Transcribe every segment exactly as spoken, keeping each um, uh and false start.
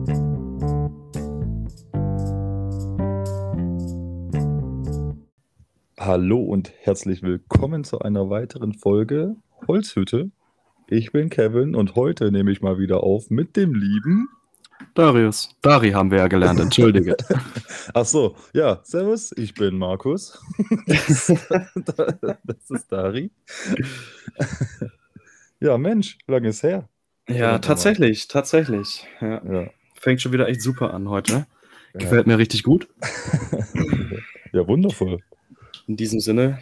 Hallo und herzlich willkommen zu einer weiteren Folge Holzhütte. Ich bin Kevin und heute nehme ich mal wieder auf mit dem lieben Darius. Dari haben wir ja gelernt, entschuldige. Ach so, ja, servus, ich bin Markus. Das, das ist Dari. Ja, Mensch, lange ist her. Ja, Verdammt tatsächlich, tatsächlich. Ja. Ja. Fängt schon wieder echt super an heute. Ja. Gefällt mir richtig gut. Ja, wundervoll. In diesem Sinne.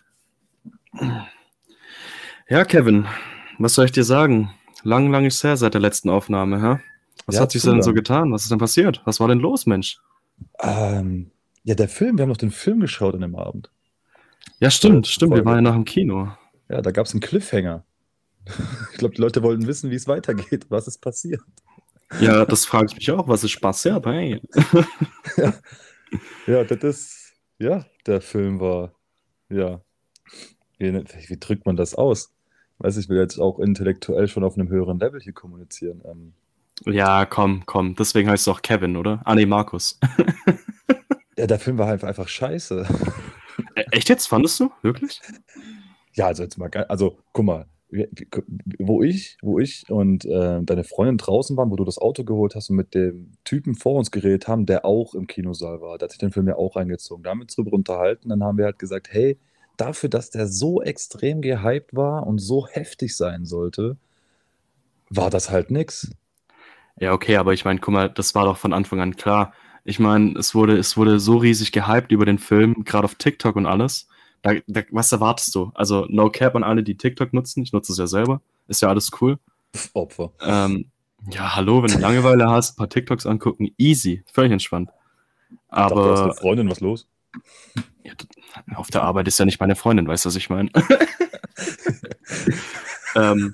Ja, Kevin, was soll ich dir sagen? Lang, lang ist her seit der letzten Aufnahme, hä? Was Ja, hat sich zu denn so lang. getan? Was ist denn passiert? Was war denn los, Mensch? Ähm, ja, der Film, wir haben noch den Film geschaut an dem Abend. Ja, stimmt, Vorletzte stimmt, wir Folge. waren ja nach dem Kino. Ja, da gab es einen Cliffhanger. Ich glaube, die Leute wollten wissen, wie es weitergeht. Was ist passiert? Ja, das frage ich mich auch, was ist passiert? Hey. Ja, ja, das ist, ja, der Film war, ja, wie, wie drückt man das aus? Weiß ich, will jetzt auch intellektuell schon auf einem höheren Level hier kommunizieren. Ähm, Ja, komm, komm. Deswegen heißt es auch Kevin, oder? Ah, nee, Markus. ja, der Film war halt einfach scheiße. E- Echt jetzt? Fandest du? Wirklich? Ja, also jetzt mal, ge- also guck mal, wie- wie- wo ich, wo ich und äh, deine Freundin draußen waren, wo du das Auto geholt hast und mit dem Typen vor uns geredet haben, der auch im Kinosaal war, der hat sich den Film ja auch reingezogen. Da haben wir uns drüber unterhalten, dann haben wir halt gesagt, hey, dafür, dass der so extrem gehypt war und so heftig sein sollte, war das halt nix. Ja, okay, aber ich meine, guck mal, das war doch von Anfang an klar. Ich meine, es wurde, es wurde so riesig gehypt über den Film, gerade auf TikTok und alles. Da, da, was erwartest du? Also, no cap an alle, die TikTok nutzen. Ich nutze es ja selber. Ist ja alles cool. Pff, Opfer. Ähm, ja, hallo, wenn du Langeweile hast, ein paar TikToks angucken, easy, völlig entspannt. Ich dachte, du hast eine Aber Freundin, was los? ja, d- auf der Arbeit ist ja nicht meine Freundin, weißt du, was ich meine? ähm,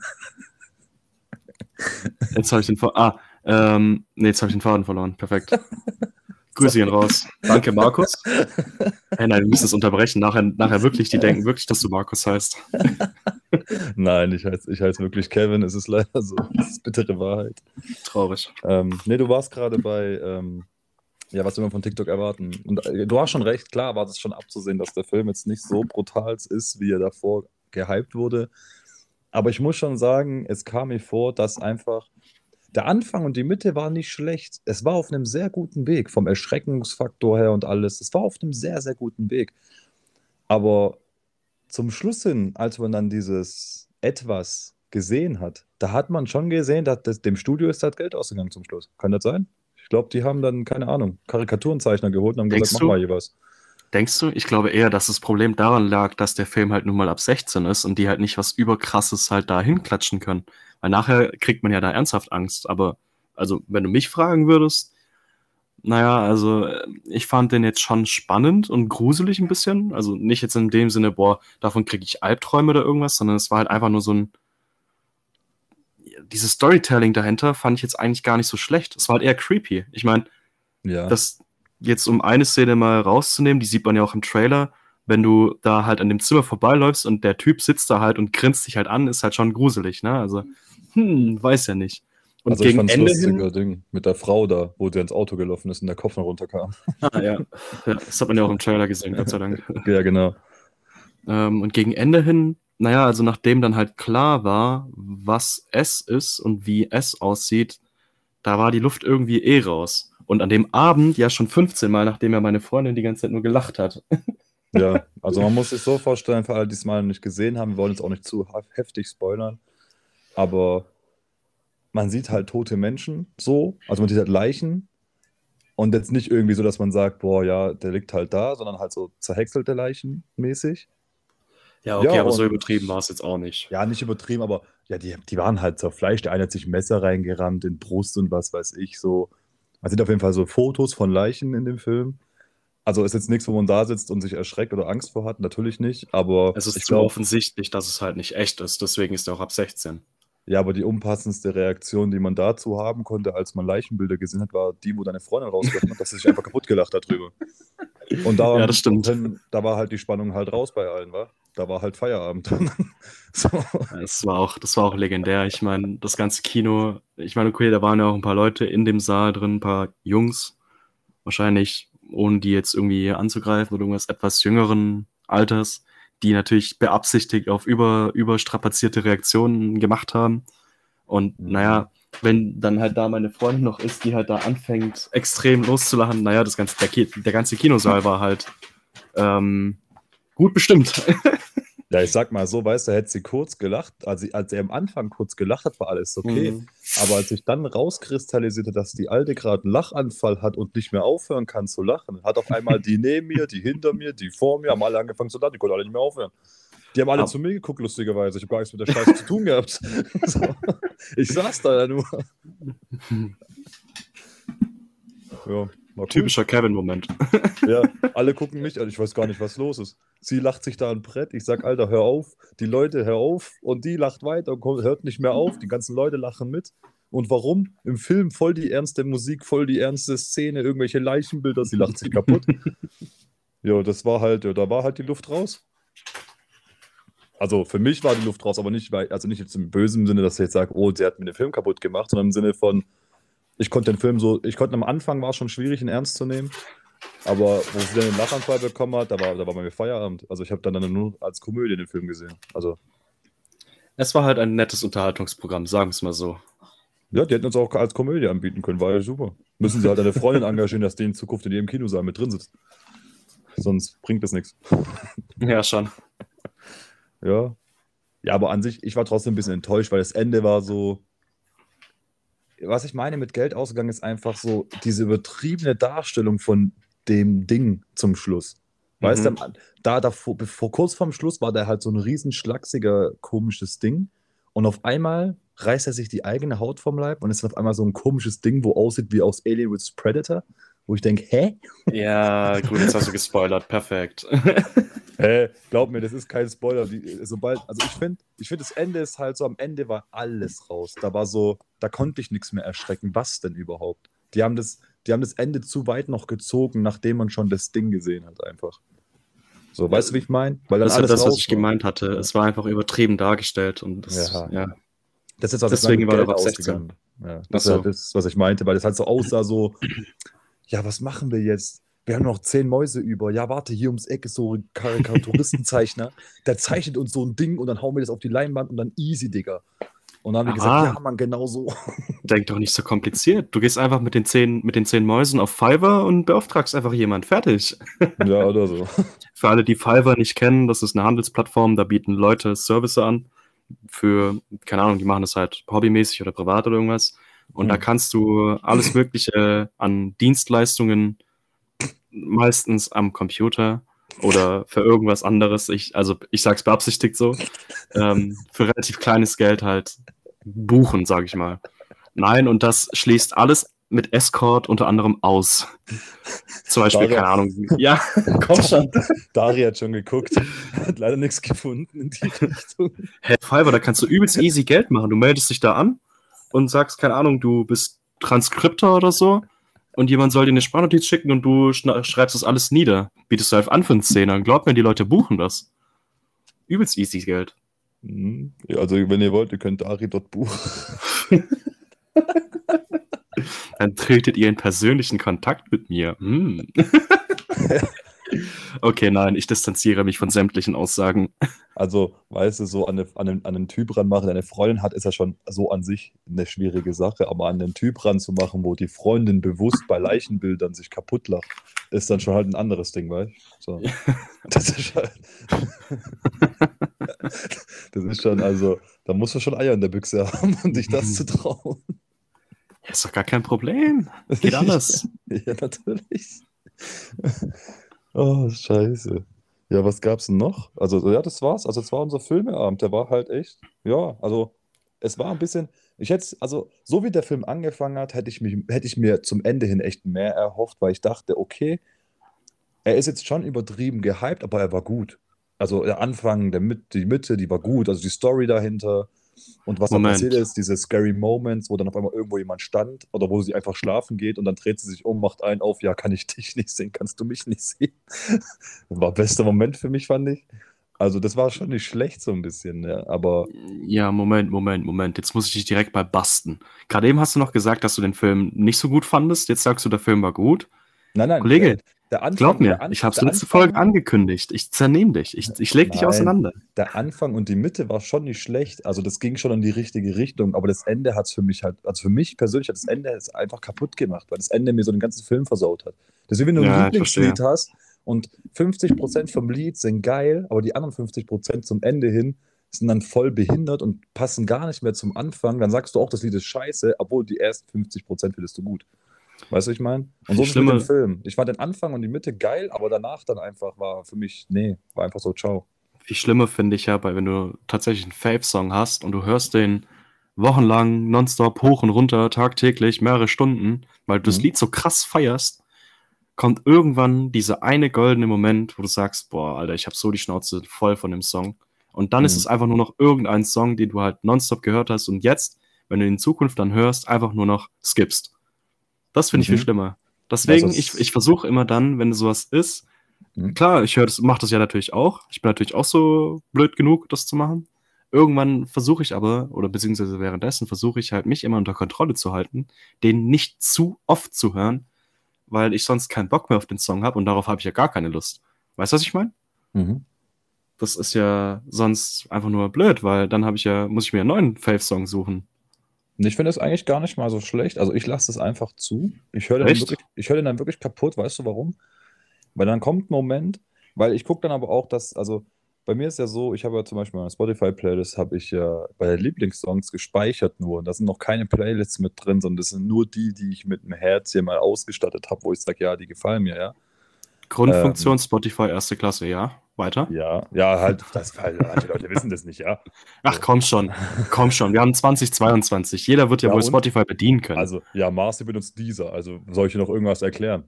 jetzt habe ich den Faden. Ah, ähm, nee, jetzt habe ich den Faden verloren. Perfekt. Grüße ihn raus. Danke, Markus. Hey, nein, wir müssen es unterbrechen. Nachher, nachher wirklich, die denken wirklich, dass du Markus heißt. Nein, ich heiße ich heiß wirklich Kevin, es ist leider so, es ist bittere Wahrheit. Traurig. Ähm, nee, du warst gerade bei, ähm, ja, was will man von TikTok erwarten? Und äh, du hast schon recht, klar war es schon abzusehen, dass der Film jetzt nicht so brutal ist, wie er davor gehypt wurde. Aber ich muss schon sagen, es kam mir vor, dass einfach der Anfang und die Mitte waren nicht schlecht. Es war auf einem sehr guten Weg, vom Erschreckungsfaktor her und alles. Es war auf einem sehr, sehr guten Weg. Aber zum Schluss hin, als man dann dieses Etwas gesehen hat, da hat man schon gesehen, dass das, dem Studio ist das Geld ausgegangen zum Schluss. Kann das sein? Ich glaube, die haben dann, keine Ahnung, Karikaturenzeichner geholt und haben Denkst gesagt, mach du? mal hier was. Denkst du? Ich glaube eher, dass das Problem daran lag, dass der Film halt nun mal ab sechzehn ist und die halt nicht was überkrasses halt da hinklatschen können. Weil nachher kriegt man ja da ernsthaft Angst. Aber, also, wenn du mich fragen würdest, naja, also äh, ich fand den jetzt schon spannend und gruselig ein bisschen. Also nicht jetzt in dem Sinne, boah, davon kriege ich Albträume oder irgendwas, sondern es war halt einfach nur so ein. Dieses Storytelling dahinter fand ich jetzt eigentlich gar nicht so schlecht. Es war halt eher creepy. Ich meine, Ja, das jetzt um eine Szene mal rauszunehmen, die sieht man ja auch im Trailer, wenn du da halt an dem Zimmer vorbeiläufst und der Typ sitzt da halt und grinst dich halt an, ist halt schon gruselig, ne? Also, hm, weiß ja nicht. Und also ich gegen fand's Ende lustiger hin. Ding mit der Frau da, wo der ins Auto gelaufen ist und der Kopf noch runterkam. Ah, ja. Ja, das hat man ja auch im Trailer gesehen, Gott sei Dank. Ja, genau. Ähm, und gegen Ende hin, naja, also nachdem dann halt klar war, was es ist und wie es aussieht, da war die Luft irgendwie eh raus. Und an dem Abend ja schon fünfzehn Mal, nachdem ja meine Freundin die ganze Zeit nur gelacht hat. Ja, also man muss sich so vorstellen, für alle, die es mal nicht gesehen haben, wir wollen jetzt auch nicht zu hef- heftig spoilern, aber man sieht halt tote Menschen so, also man sieht halt Leichen und jetzt nicht irgendwie so, dass man sagt, boah, ja, der liegt halt da, sondern halt so zerhäckselte Leichen mäßig. Ja, Ja, okay, aber so und übertrieben war es jetzt auch nicht. ja, nicht übertrieben, aber ja, die, die waren halt zerfleischt. Der eine hat sich ein Messer reingerammt in Brust und was weiß ich, so. Man sieht auf jeden Fall so Fotos von Leichen in dem Film. Also ist jetzt nichts, wo man da sitzt und sich erschreckt oder Angst vor hat, natürlich nicht, aber Es ist ich zu glaube, offensichtlich, dass es halt nicht echt ist. Deswegen ist er auch ab sechzehn. ja, aber die unpassendste Reaktion, die man dazu haben konnte, als man Leichenbilder gesehen hat, war die, wo deine Freundin rausgefunden hat, dass sie sich einfach kaputt gelacht hat drüber. Und Ja, das stimmt. daraufhin, da war halt die Spannung halt raus bei allen, wa? da war halt Feierabend. So. Das war auch, das war auch legendär. Ich meine, das ganze Kino, ich meine, okay, da waren ja auch ein paar Leute in dem Saal drin, ein paar Jungs, wahrscheinlich, ohne die jetzt irgendwie anzugreifen oder irgendwas etwas jüngeren Alters, die natürlich beabsichtigt auf über, überstrapazierte Reaktionen gemacht haben. Und Mhm. naja, wenn dann halt da meine Freundin noch ist, die halt da anfängt, extrem loszulachen, naja, das ganze, der, Ki- der ganze Kinosaal war halt ähm, gut bestimmt. Ja, ich sag mal so, weißt du, hätte sie kurz gelacht, als, sie, als er am Anfang kurz gelacht hat, war alles okay. Mhm. Aber als sich dann rauskristallisierte, dass die Alte gerade einen Lachanfall hat und nicht mehr aufhören kann zu lachen, hat auf einmal die neben mir, die hinter mir, die vor mir, haben alle angefangen zu lachen, die konnten alle nicht mehr aufhören. Die haben alle Ab- zu mir geguckt, lustigerweise. Ich habe gar nichts mit der Scheiße zu tun gehabt. So. Ich saß da ja nur. Ja, war cool. Typischer Kevin-Moment. Ja, alle gucken mich an, ich weiß gar nicht, was los ist. Sie lacht sich da ein Brett, ich sag, Alter, hör auf. Die Leute, hör auf. Und die lacht weiter und kommt- hört nicht mehr auf. Die ganzen Leute lachen mit. Und warum? Im Film voll die ernste Musik, voll die ernste Szene, irgendwelche Leichenbilder, sie lacht sich kaputt. Ja, das war halt, ja, da war halt die Luft raus. Also für mich war die Luft raus, aber nicht, weil, also nicht jetzt im bösen Sinne, dass ich jetzt sage, oh, sie hat mir den Film kaputt gemacht, sondern im Sinne von, ich konnte den Film so, ich konnte am Anfang war es schon schwierig, ihn ernst zu nehmen. Aber wo sie dann den Lachanfall bekommen hat, da war, da war bei mir Feierabend. Also ich habe dann, dann nur als Komödie den Film gesehen. Also, Es war halt ein nettes Unterhaltungsprogramm, sagen wir es mal so. ja, die hätten uns auch als Komödie anbieten können, war ja super. Müssen sie halt eine Freundin engagieren, dass die in Zukunft in ihrem Kinosaal mit drin sitzt. Sonst bringt das nichts. Ja, schon. Ja. Ja, aber an sich, ich war trotzdem ein bisschen enttäuscht, weil das Ende war so. Was ich meine mit Geld ausgegangen ist einfach so diese übertriebene Darstellung von dem Ding zum Schluss. Weißt du, Mhm. da, da vor, bevor, kurz vorm Schluss war der halt so ein riesen schlachsiger, komisches Ding. Und auf einmal reißt er sich die eigene Haut vom Leib und ist auf einmal so ein komisches Ding, wo aussieht wie aus Alien vs. Predator. Wo ich denke, hä? Ja, gut, jetzt hast du gespoilert. Perfekt. Hä? Glaub mir, das ist kein Spoiler. Die, sobald, also ich finde, ich find, das Ende ist halt so, am Ende war alles raus. Da war so, da konnte ich nichts mehr erschrecken. Was denn überhaupt? Die haben das, die haben das Ende zu weit noch gezogen, nachdem man schon das Ding gesehen hat, einfach. So, weißt du, wie ich meine? Weil dann Das ist alles das, was raus ich war. gemeint hatte. Es war einfach übertrieben dargestellt und das, Ja. ja. Das ist jetzt, was Deswegen ich war meine, der mit Geld ab sechzehn. ausgegangen. Ja, Ach das so. ist halt das, was ich meinte, weil das halt so aussah, so, ja, was machen wir jetzt? Wir haben noch zehn Mäuse über. Ja, warte, hier ums Eck ist so ein Karikaturistenzeichner. Der zeichnet uns so ein Ding und dann hauen wir das auf die Leinwand und dann easy, Digga. Und dann haben die Aha. gesagt, ja, Mann, genau so. Denk doch nicht so kompliziert. Du gehst einfach mit den zehn, mit den zehn Mäusen auf Fiverr und beauftragst einfach jemand. Fertig. Ja, oder so. Für alle, die Fiverr nicht kennen, das ist eine Handelsplattform, da bieten Leute Services an für, keine Ahnung, die machen das halt hobbymäßig oder privat oder irgendwas. Und da Hm. kannst du alles Mögliche an Dienstleistungen, meistens am Computer oder für irgendwas anderes, ich, also ich sag's beabsichtigt so, ähm, für relativ kleines Geld halt buchen, sag ich mal. Nein, und das schließt alles mit Escort unter anderem aus. Zum Beispiel, Daria- keine Ahnung. Ja, komm schon. Dari hat schon geguckt, hat leider nichts gefunden in die Richtung. Hey, Fiverr, da kannst du übelst easy Geld machen. Du meldest dich da an und sagst, keine Ahnung, du bist Transkriptor oder so und jemand soll dir eine Sprachnotiz schicken und du schna- schreibst das alles nieder. Bietest du halt an für einen Zehner. Glaub mir, die Leute buchen das. Übelst easy Geld. Hm. Ja, also, wenn ihr wollt, ihr könnt Dari dort buchen. Dann tretet ihr in persönlichen Kontakt mit mir. Hm. Okay, nein, ich distanziere mich von sämtlichen Aussagen. Also, weißt du, so an, eine, an, einen, an einen Typ ranmachen, der eine Freundin hat, ist ja schon so an sich eine schwierige Sache. Aber an einen Typ ranzumachen, wo die Freundin bewusst bei Leichenbildern sich kaputt lacht, ist dann schon halt ein anderes Ding, weißt du? So. Das ist halt. Das ist schon, also, da musst du schon Eier in der Büchse haben, um dich das zu trauen. Ja, ist doch gar kein Problem. Geht alles. Ja, natürlich. Oh, scheiße. Ja, was gab's denn noch? Also, ja, das war's. Also, es war unser Filmeabend. Der war halt echt, ja, also, es war ein bisschen, ich hätte, also, so wie der Film angefangen hat, hätte ich mich, hätte ich mir zum Ende hin echt mehr erhofft, weil ich dachte, okay, er ist jetzt schon übertrieben gehypt, aber er war gut. Also, der Anfang, der Mit, die Mitte, die war gut. Also, die Story dahinter. Und was dann Moment. passiert ist, diese scary Moments, wo dann auf einmal irgendwo jemand stand oder wo sie einfach schlafen geht und dann dreht sie sich um, macht einen auf, ja, kann ich dich nicht sehen, kannst du mich nicht sehen. Das war der beste Moment für mich, fand ich. Also das war schon nicht schlecht so ein bisschen, ja, aber Ja, Moment, Moment, Moment. Jetzt muss ich dich direkt mal basten. Gerade eben hast du noch gesagt, dass du den Film nicht so gut fandest. Jetzt sagst du, der Film war gut. nein, nein, der, Kollege, der glaub Anfang, der, mir, An ich hab's der letzte Folge Anfang, angekündigt. Ich zernehm dich. Ich, ich leg dich nein, auseinander. der Anfang und die Mitte war schon nicht schlecht. Also das ging schon in die richtige Richtung, aber das Ende hat es für mich halt, also für mich persönlich hat das Ende es einfach kaputt gemacht, weil das Ende mir so den ganzen Film versaut hat. Das ist wie wenn du ein Ja, ich verstehe. Lieblingslied hast und fünfzig Prozent vom Lied sind geil, aber die anderen fünfzig Prozent zum Ende hin sind dann voll behindert und passen gar nicht mehr zum Anfang. Dann sagst du auch, das Lied ist scheiße, obwohl die ersten fünfzig Prozent findest du gut. Weißt du, was ich meine? Und so Viel ist es mit dem schlimmer, Film. Ich fand den Anfang und die Mitte geil, aber danach dann einfach war für mich, nee, war einfach so, ciao. viel schlimmer finde ich ja, bei, wenn du tatsächlich einen Fave-Song hast und du hörst den wochenlang, nonstop, hoch und runter, tagtäglich, mehrere Stunden, weil du das Mhm. Lied so krass feierst, kommt irgendwann dieser eine goldene Moment, wo du sagst, boah, Alter, ich habe so die Schnauze voll von dem Song. Und dann ist es Mhm. einfach nur noch irgendein Song, den du halt nonstop gehört hast und jetzt, wenn du ihn in Zukunft dann hörst, einfach nur noch skippst. Das finde ich viel Mhm. schlimmer. Also, Deswegen, ich, ich es, versuche immer dann, wenn sowas ist, mhm. klar, ich höre das, mache das ja natürlich auch. Ich bin natürlich auch so blöd genug, das zu machen. Irgendwann versuche ich aber, oder beziehungsweise währenddessen versuche ich halt, mich immer unter Kontrolle zu halten, den nicht zu oft zu hören, weil ich sonst keinen Bock mehr auf den Song habe und darauf habe ich ja gar keine Lust. Weißt du, was ich meine? Mhm. Das ist ja sonst einfach nur blöd, weil dann habe ich ja, muss ich mir einen neuen Fave-Song suchen. Und ich finde es eigentlich gar nicht mal so schlecht. Also ich lasse es einfach zu. Ich höre den dann Echt? wirklich, ich höre den dann wirklich kaputt. Weißt du warum? Weil dann kommt ein Moment, weil ich gucke dann aber auch, dass, also bei mir ist ja so, ich habe ja zum Beispiel meine Spotify-Playlist, habe ich ja bei den Lieblingssongs gespeichert nur. Und da sind noch keine Playlists mit drin, sondern das sind nur die, die ich mit einem Herz hier mal ausgestattet habe, wo ich sage, ja, die gefallen mir, ja. Ähm, Grundfunktion Spotify erste Klasse, ja. Weiter? ja, ja, halt, das, weil manche Leute wissen das nicht, ja. Ach, So. komm schon. Komm schon. Wir haben zwanzig zweiundzwanzig. Jeder wird ja Ja, wohl und? Spotify bedienen können. Also, ja, Marci benutzt dieser. Also, soll ich dir noch irgendwas erklären?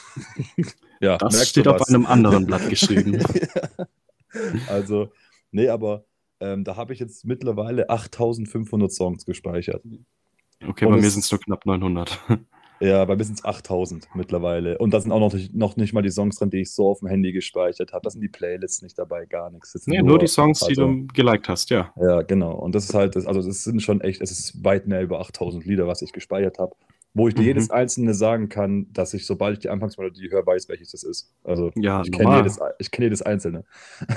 Ja, Das merkst du steht auf was? einem anderen Blatt geschrieben. Ja. Also, nee, aber ähm, da habe ich jetzt mittlerweile achttausendfünfhundert Songs gespeichert. Okay, Und bei mir sind es, es nur knapp neunhundert. ja, bei mir sind es achttausend mittlerweile. Und da sind auch noch nicht, noch nicht mal die Songs drin, die ich so auf dem Handy gespeichert habe. Da sind die Playlists nicht dabei, gar nichts. Das sind Nee, nur die nur, Songs, die also, du geliked hast, ja. ja, genau. Und das ist halt, das, also, das sind schon echt, es ist weit mehr über achttausend Lieder, was ich gespeichert habe. Wo ich dir Mhm. jedes einzelne sagen kann, dass ich, sobald ich die Anfangsmelodie höre, weiß, welches das ist. Also, Ja, ich kenne jedes, normal. ich kenne jedes einzelne.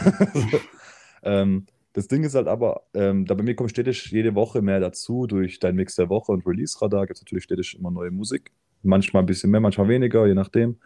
Ähm, das Ding ist halt aber, ähm, da bei mir kommt stetig jede Woche mehr dazu durch dein Mix der Woche und Release-Radar gibt es natürlich stetig immer neue Musik. Manchmal ein bisschen mehr, manchmal weniger, je nachdem.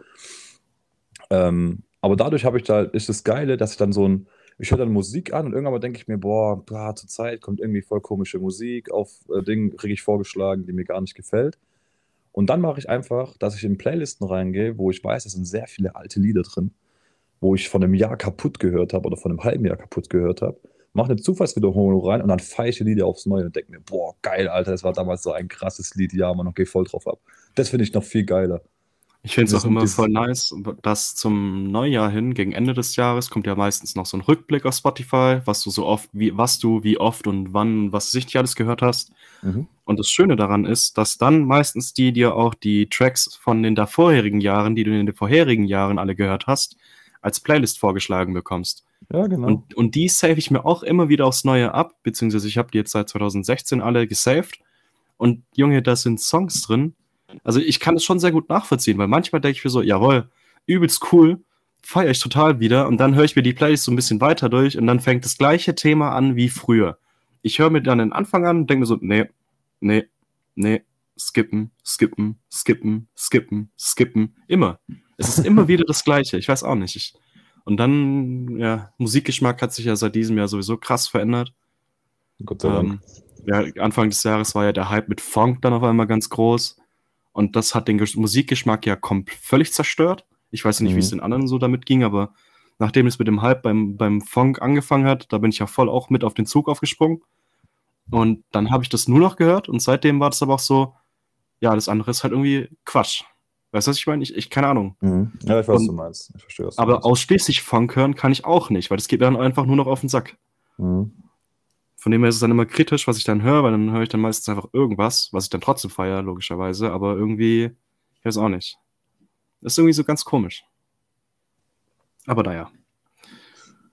Ähm, aber dadurch habe ich da, ist das Geile, dass ich dann so ein, ich höre dann Musik an und irgendwann mal denke ich mir, boah, boah, zur Zeit kommt irgendwie voll komische Musik auf äh, Ding, kriege ich vorgeschlagen, die mir gar nicht gefällt. Und dann mache ich einfach, dass ich in Playlisten reingehe, wo ich weiß, es sind sehr viele alte Lieder drin, wo ich von einem Jahr kaputt gehört habe oder von einem halben Jahr kaputt gehört habe, mache eine Zufallswiederholung rein und dann feiere ich die Lieder aufs Neue und denke mir, boah, geil, Alter, das war damals so ein krasses Lied, ja, man, und geh voll drauf ab. Das finde ich noch viel geiler. Ich finde es Dieses, auch immer voll dieses, nice, dass zum Neujahr hin, gegen Ende des Jahres, kommt ja meistens noch so ein Rückblick auf Spotify, was du so oft, wie, was du, wie oft und wann, was sich nicht alles gehört hast. mhm, Und das Schöne daran ist, dass dann meistens die dir auch die Tracks von den davorherigen Jahren, die du in den vorherigen Jahren alle gehört hast, als Playlist vorgeschlagen bekommst. ja, genau. Und, und die save ich mir auch immer wieder aufs Neue ab, beziehungsweise ich habe die jetzt seit zwanzig sechzehn alle gesaved. Und Junge, da sind Songs drin. Also ich kann es schon sehr gut nachvollziehen, weil manchmal denke ich mir so, jawohl, übelst cool, feiere ich total wieder. Und dann höre ich mir die Playlist so ein bisschen weiter durch und dann fängt das gleiche Thema an wie früher. Ich höre mir dann den Anfang an und denke mir so, nee, nee, nee, skippen, skippen, skippen, skippen, skippen, immer. Es ist immer wieder das Gleiche, ich weiß auch nicht. Ich, und dann, ja, Musikgeschmack hat sich ja seit diesem Jahr sowieso krass verändert. Gott sei Dank. Ähm, ja, Anfang des Jahres war ja der Hype mit Funk dann auf einmal ganz groß. Und das hat den Gesch- Musikgeschmack ja komplett völlig zerstört. Ich weiß ja nicht, wie es Mhm. den anderen so damit ging, aber nachdem es mit dem Hype beim, beim Funk angefangen hat, da bin ich ja voll auch mit auf den Zug aufgesprungen. Und dann habe ich das nur noch gehört und seitdem war das aber auch so, ja, das andere ist halt irgendwie Quatsch. Weißt du, was ich meine? Ich, ich keine Ahnung. Mhm. Ja, ich weiß, was du Und, meinst. Ich verstehe, was du aber meinst. ausschließlich Funk hören kann ich auch nicht, weil das geht mir dann einfach nur noch auf den Sack. Mhm. Von dem her ist es dann immer kritisch, was ich dann höre, weil dann höre ich dann meistens einfach irgendwas, was ich dann trotzdem feiere, logischerweise, aber irgendwie, ich weiß auch nicht. Das ist irgendwie so ganz komisch. Aber naja.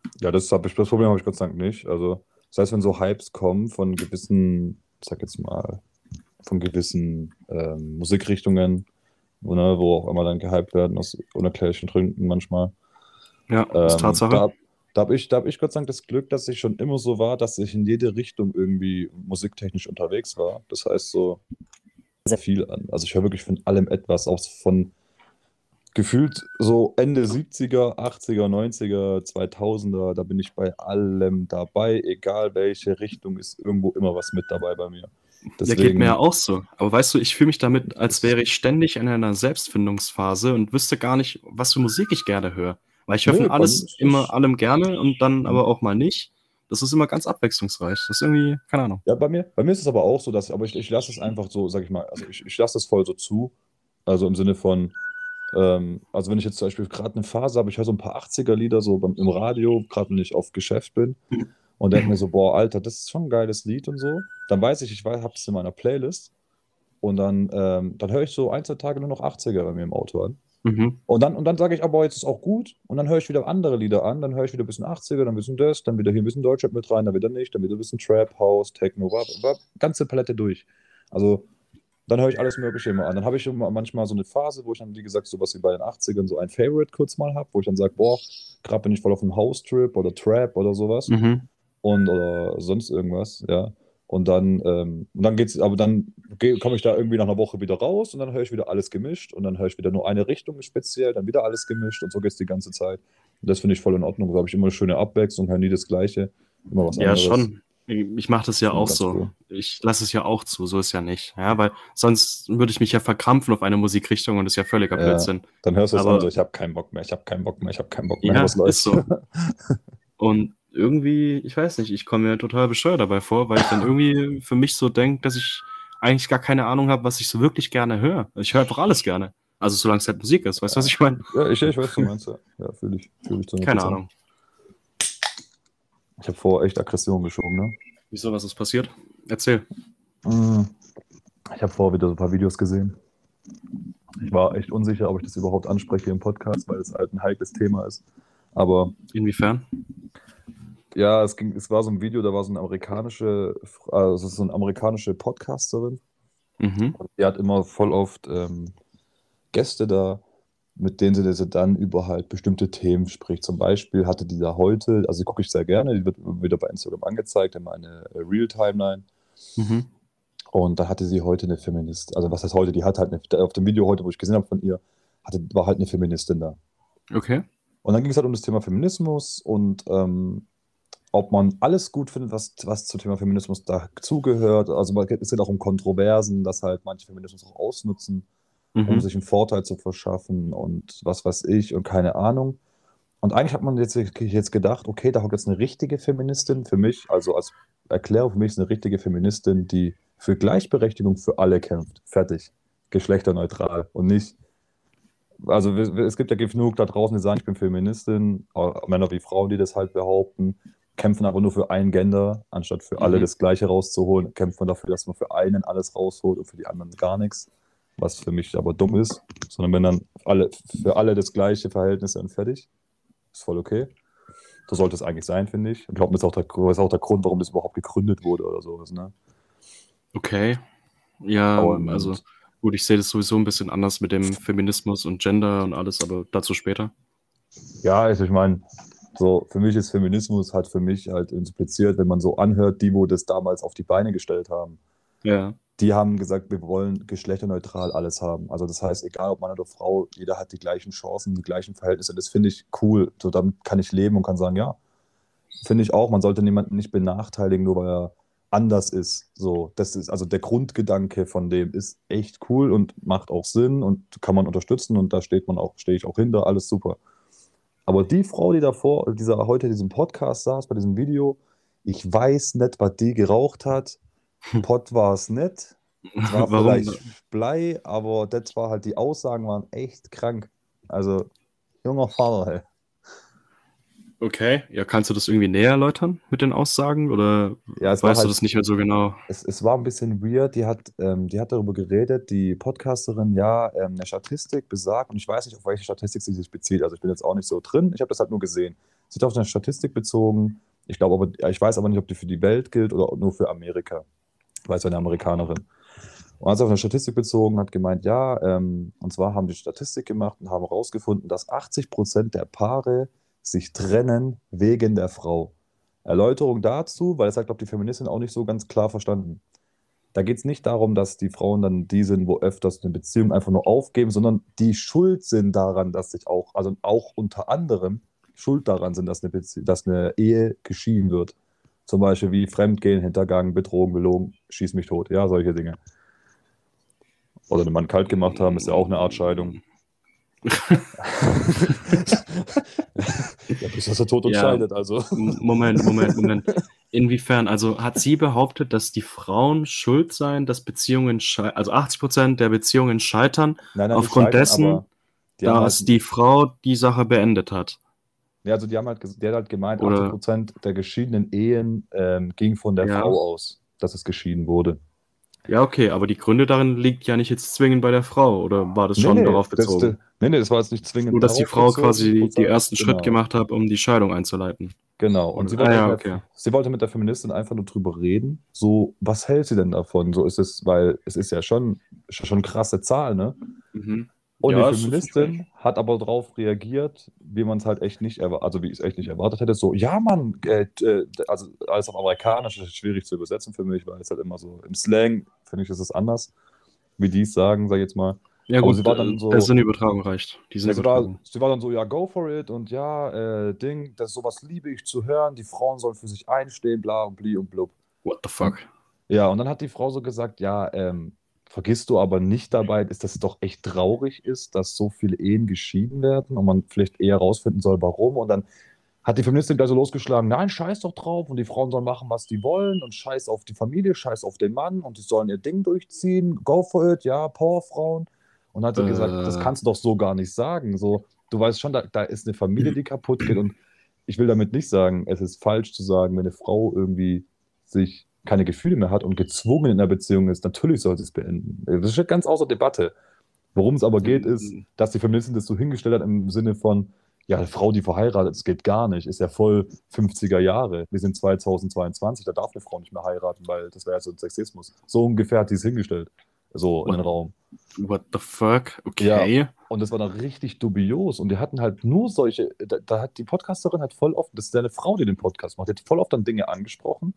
Ja, das, hab ich, das Problem habe ich Gott sei Dank nicht. Also, das heißt, wenn so Hypes kommen von gewissen, ich sag jetzt mal, von gewissen ähm, Musikrichtungen, wo, ne, wo auch immer dann gehypt werden, aus unerklärlichen Gründen manchmal. Ja, ist Ähm, Tatsache. da da habe ich, da hab ich Gott sei Dank das Glück, dass ich schon immer so war, dass ich in jede Richtung irgendwie musiktechnisch unterwegs war. Das heißt so sehr viel an. Also ich höre wirklich von allem etwas, auch von gefühlt so Ende siebziger, achtziger, neunziger, zweitausender, da bin ich bei allem dabei, egal welche Richtung, ist irgendwo immer was mit dabei bei mir. Ja, geht mir ja Deswegen, auch so. Aber weißt du, ich fühle mich damit, als das, wäre ich ständig in einer Selbstfindungsphase und wüsste gar nicht, was für Musik ich gerne höre. Weil ich höre von nö, bei mir alles ist immer das. allem gerne und dann aber auch mal nicht. Das ist immer ganz abwechslungsreich. Das ist irgendwie, keine Ahnung. Ja, bei mir, bei mir ist es aber auch so, dass, aber ich, ich lasse es einfach so, sag ich mal, also ich, ich lasse es voll so zu. Also im Sinne von, ähm, also wenn ich jetzt zum Beispiel gerade eine Phase habe, ich höre so ein paar achtziger-Lieder so beim, im Radio, gerade wenn ich auf Geschäft bin und denke mir so, boah, Alter, das ist schon ein geiles Lied und so. Dann weiß ich, ich habe es in meiner Playlist und dann, ähm, dann höre ich so ein, zwei Tage nur noch achtziger bei mir im Auto an. Mhm. Und dann, und dann sage ich, aber jetzt ist auch gut. Und dann höre ich wieder andere Lieder an. Dann höre ich wieder ein bisschen achtziger, dann ein bisschen das, dann wieder hier ein bisschen Deutschrap mit rein, dann wieder nicht, dann wieder ein bisschen Trap, House, Techno, war, war ganze Palette durch. Also dann höre ich alles Mögliche immer an. Dann habe ich immer manchmal so eine Phase, wo ich dann, wie gesagt, sowas wie bei den achtzigern so ein Favorite kurz mal habe, wo ich dann sage, boah, gerade bin ich voll auf einem House-Trip oder Trap oder sowas Mhm. und oder sonst irgendwas, ja. Und dann, ähm, und dann geht's, aber dann komme ich da irgendwie nach einer Woche wieder raus und dann höre ich wieder alles gemischt und dann höre ich wieder nur eine Richtung speziell, dann wieder alles gemischt und so geht es die ganze Zeit. Und das finde ich voll in Ordnung. So habe ich immer eine schöne Abwechslung, höre nie das Gleiche, immer was Ja, anderes. schon. Ich mache das Das ja ist immer auch ganz so. cool. Ich lasse es ja auch zu, so ist ja nicht. Ja, weil sonst würde ich mich ja verkrampfen auf eine Musikrichtung und das ist ja völliger Ja, Blödsinn. dann hörst du es an, so Aber ich habe keinen Bock mehr, ich habe keinen Bock mehr, ich habe keinen Bock mehr, was ja, ist läuft? so. Und irgendwie, ich weiß nicht, ich komme mir total bescheuert dabei vor, weil ich dann irgendwie für mich so denke, dass ich eigentlich gar keine Ahnung habe, was ich so wirklich gerne höre. Ich höre einfach alles gerne. Also solange es halt Musik ist, weißt du, was Ja, ich meine? ja ich, ich weiß, was du meinst. Ja, ja fühle ich, fühle ich zu hundert Keine Prozent. Ahnung. Ich habe vor echt Aggression geschoben, ne? Wieso, was ist passiert? Erzähl. Mm, Ich habe vorher wieder so ein paar Videos gesehen. Ich war echt unsicher, ob ich das überhaupt anspreche im Podcast, weil es halt ein heikles Thema ist. Aber Inwiefern? ja, es ging, es war so ein Video, da war so eine amerikanische, also es ist so eine amerikanische Podcasterin. Mhm. Und die hat immer voll oft ähm, Gäste da, mit denen sie das dann über halt bestimmte Themen spricht. Zum Beispiel hatte die da heute, also die gucke ich sehr gerne, die wird immer wieder bei Instagram angezeigt, in meine äh, Real-Timeline. Mhm. Und da hatte sie heute eine Feministin, also was heißt heute, die hat halt eine, auf dem Video heute, wo ich gesehen habe von ihr, hatte, war halt eine Feministin da. Okay. Und dann ging es halt um das Thema Feminismus und ähm, ob man alles gut findet, was, was zum Thema Feminismus dazugehört. Also man- es geht auch um Kontroversen, dass halt manche Feminismus auch ausnutzen, um Mhm. sich einen Vorteil zu verschaffen und was weiß ich und keine Ahnung. Und eigentlich hat man jetzt, jetzt gedacht, okay, da hockt jetzt eine richtige Feministin für mich, also als Erklärung für mich ist eine richtige Feministin, die für Gleichberechtigung für alle kämpft. Fertig. Geschlechterneutral und nicht. Also wir- wir- es gibt ja genug da draußen, die sagen, ich bin Feministin, auch Männer wie Frauen, die das halt behaupten, kämpfen aber nur für ein Gender, anstatt für alle Mhm. das Gleiche rauszuholen, kämpfen dafür, dass man für einen alles rausholt und für die anderen gar nichts, was für mich aber dumm ist, sondern wenn dann alle, für alle das gleiche Verhältnis und fertig, ist voll okay. So sollte es eigentlich sein, finde ich. Ich glaube, das ist auch der, das ist auch der Grund, warum das überhaupt gegründet wurde oder sowas, ne? Okay. Ja, also Und gut, ich sehe das sowieso ein bisschen anders mit dem Feminismus und Gender und alles, aber dazu später. ja, also ich meine, so für mich ist Feminismus halt für mich halt impliziert, wenn man so anhört, die, wo das damals auf die Beine gestellt haben, Ja. die haben gesagt, wir wollen geschlechterneutral alles haben. Also das heißt, egal ob Mann oder Frau, jeder hat die gleichen Chancen, die gleichen Verhältnisse. Das finde ich cool. So damit kann ich leben und kann sagen, ja, finde ich auch. Man sollte niemanden nicht benachteiligen, nur weil er anders ist. So, das ist also der Grundgedanke von dem ist echt cool und macht auch Sinn und kann man unterstützen und da steht man auch, stehe ich auch hinter, alles super. Aber die Frau, die davor, dieser heute in diesem Podcast saß, bei diesem Video, ich weiß nicht, was die geraucht hat. Pott war es nicht. Es war vielleicht Warum? Blei, aber das war halt, die Aussagen waren echt krank. Also, junger Vater, hey. Okay. Ja, kannst du das irgendwie näher erläutern mit den Aussagen oder Ja, es war weißt du das halt, nicht mehr so genau? es, es war ein bisschen weird. Die hat, ähm, die hat darüber geredet, die Podcasterin, ja, ähm, eine Statistik besagt, und ich weiß nicht, auf welche Statistik sie sich bezieht. Also ich bin jetzt auch nicht so drin, ich habe das halt nur gesehen. Sie hat auf eine Statistik bezogen. Ich glaube aber, ich weiß aber nicht, ob die für die Welt gilt oder nur für Amerika. Ich weiß, eine Amerikanerin. Und hat sich auf eine Statistik bezogen, hat gemeint, ja, ähm, und zwar haben die Statistik gemacht und haben herausgefunden, dass achtzig Prozent der Paare sich trennen wegen der Frau. Erläuterung dazu, weil das hat, glaube ich, die Feministin auch nicht so ganz klar verstanden. Da geht es nicht darum, dass die Frauen dann die sind, wo öfters eine Beziehung einfach nur aufgeben, sondern die schuld sind daran, dass sich auch, also auch unter anderem schuld daran sind, dass eine, Bezie dass eine Ehe geschieden wird. Zum Beispiel wie Fremdgehen, Hintergang, Betrogen, Belogen, schieß mich tot. Ja, solche Dinge. Oder einen Mann kalt gemacht haben, ist ja auch eine Art Scheidung. Ja, bis dass er tot und Ja. scheidet, also. Moment, Moment, Moment. Inwiefern? Also hat sie behauptet, dass die Frauen schuld seien, dass Beziehungen scheitern, also achtzig Prozent der Beziehungen scheitern, Nein, nein, nicht aufgrund scheitern, dessen, aber die haben dass halt, die Frau die Sache beendet hat. ja, also die haben halt, ges- der hat halt gemeint, Oder- achtzig Prozent der geschiedenen Ehen ähm, ging von der Ja. Frau aus, dass es geschieden wurde. Ja, okay, aber die Gründe darin liegt ja nicht jetzt zwingend bei der Frau, oder war das schon darauf das, bezogen? das, nee, nee, das war jetzt nicht zwingend Nur, dass die darauf Frau bezogen, quasi die, die Prozent, ersten genau. Schritt gemacht hat, um die Scheidung einzuleiten. Genau, und sie Ah, wollte, ja, mit der, okay. sie wollte mit der Feministin einfach nur drüber reden, so, was hält sie denn davon? So ist es, weil es ist ja schon, schon eine krasse Zahl, ne? Mhm. Und Ja, die das ist Feministin hat aber darauf reagiert, wie man es halt echt nicht erwartet, also wie ich es echt nicht erwartet hätte. So, ja, Mann, äh, äh, also alles auf Amerikanisch ist schwierig zu übersetzen für mich, weil es halt immer so im Slang, finde ich, ist es anders, wie die es sagen, sag ich jetzt mal. Ja Aber gut, sie war dann äh, so, der Sinnübertragung reicht. Die ja, sie war, Sinnübertragung. sie war dann so, ja, go for it und ja, äh, Ding, das sowas liebe ich zu hören, die Frauen sollen für sich einstehen, bla und bli und blub. What the fuck? Ja, und dann hat die Frau so gesagt, ja, ähm, vergisst du aber nicht dabei, ist, dass es doch echt traurig ist, dass so viele Ehen geschieden werden und man vielleicht eher rausfinden soll, warum. Und dann hat die Feministin gleich so losgeschlagen, nein, scheiß doch drauf und die Frauen sollen machen, was die wollen und scheiß auf die Familie, scheiß auf den Mann und die sollen ihr Ding durchziehen, go for it, ja, Powerfrauen. Und dann hat sie Äh. gesagt, das kannst du doch so gar nicht sagen. So, du weißt schon, da, da ist eine Familie, die kaputt geht und ich will damit nicht sagen, es ist falsch zu sagen, wenn eine Frau irgendwie sich keine Gefühle mehr hat und gezwungen in einer Beziehung ist, natürlich soll sie es beenden. Das steht ganz außer Debatte. Worum es aber geht, ist, dass die Feministin das so hingestellt hat im Sinne von, ja, eine Frau, die verheiratet ist, geht gar nicht, ist ja voll fünfziger Jahre. Wir sind zweitausendzweiundzwanzig, da darf eine Frau nicht mehr heiraten, weil das wäre ja so ein Sexismus. So ungefähr hat die es hingestellt, so in den Raum. What the fuck? Okay. Ja, und das war dann richtig dubios. Und die hatten halt nur solche, da, da hat die Podcasterin halt voll oft, das ist ja eine Frau, die den Podcast macht, die hat voll oft dann Dinge angesprochen,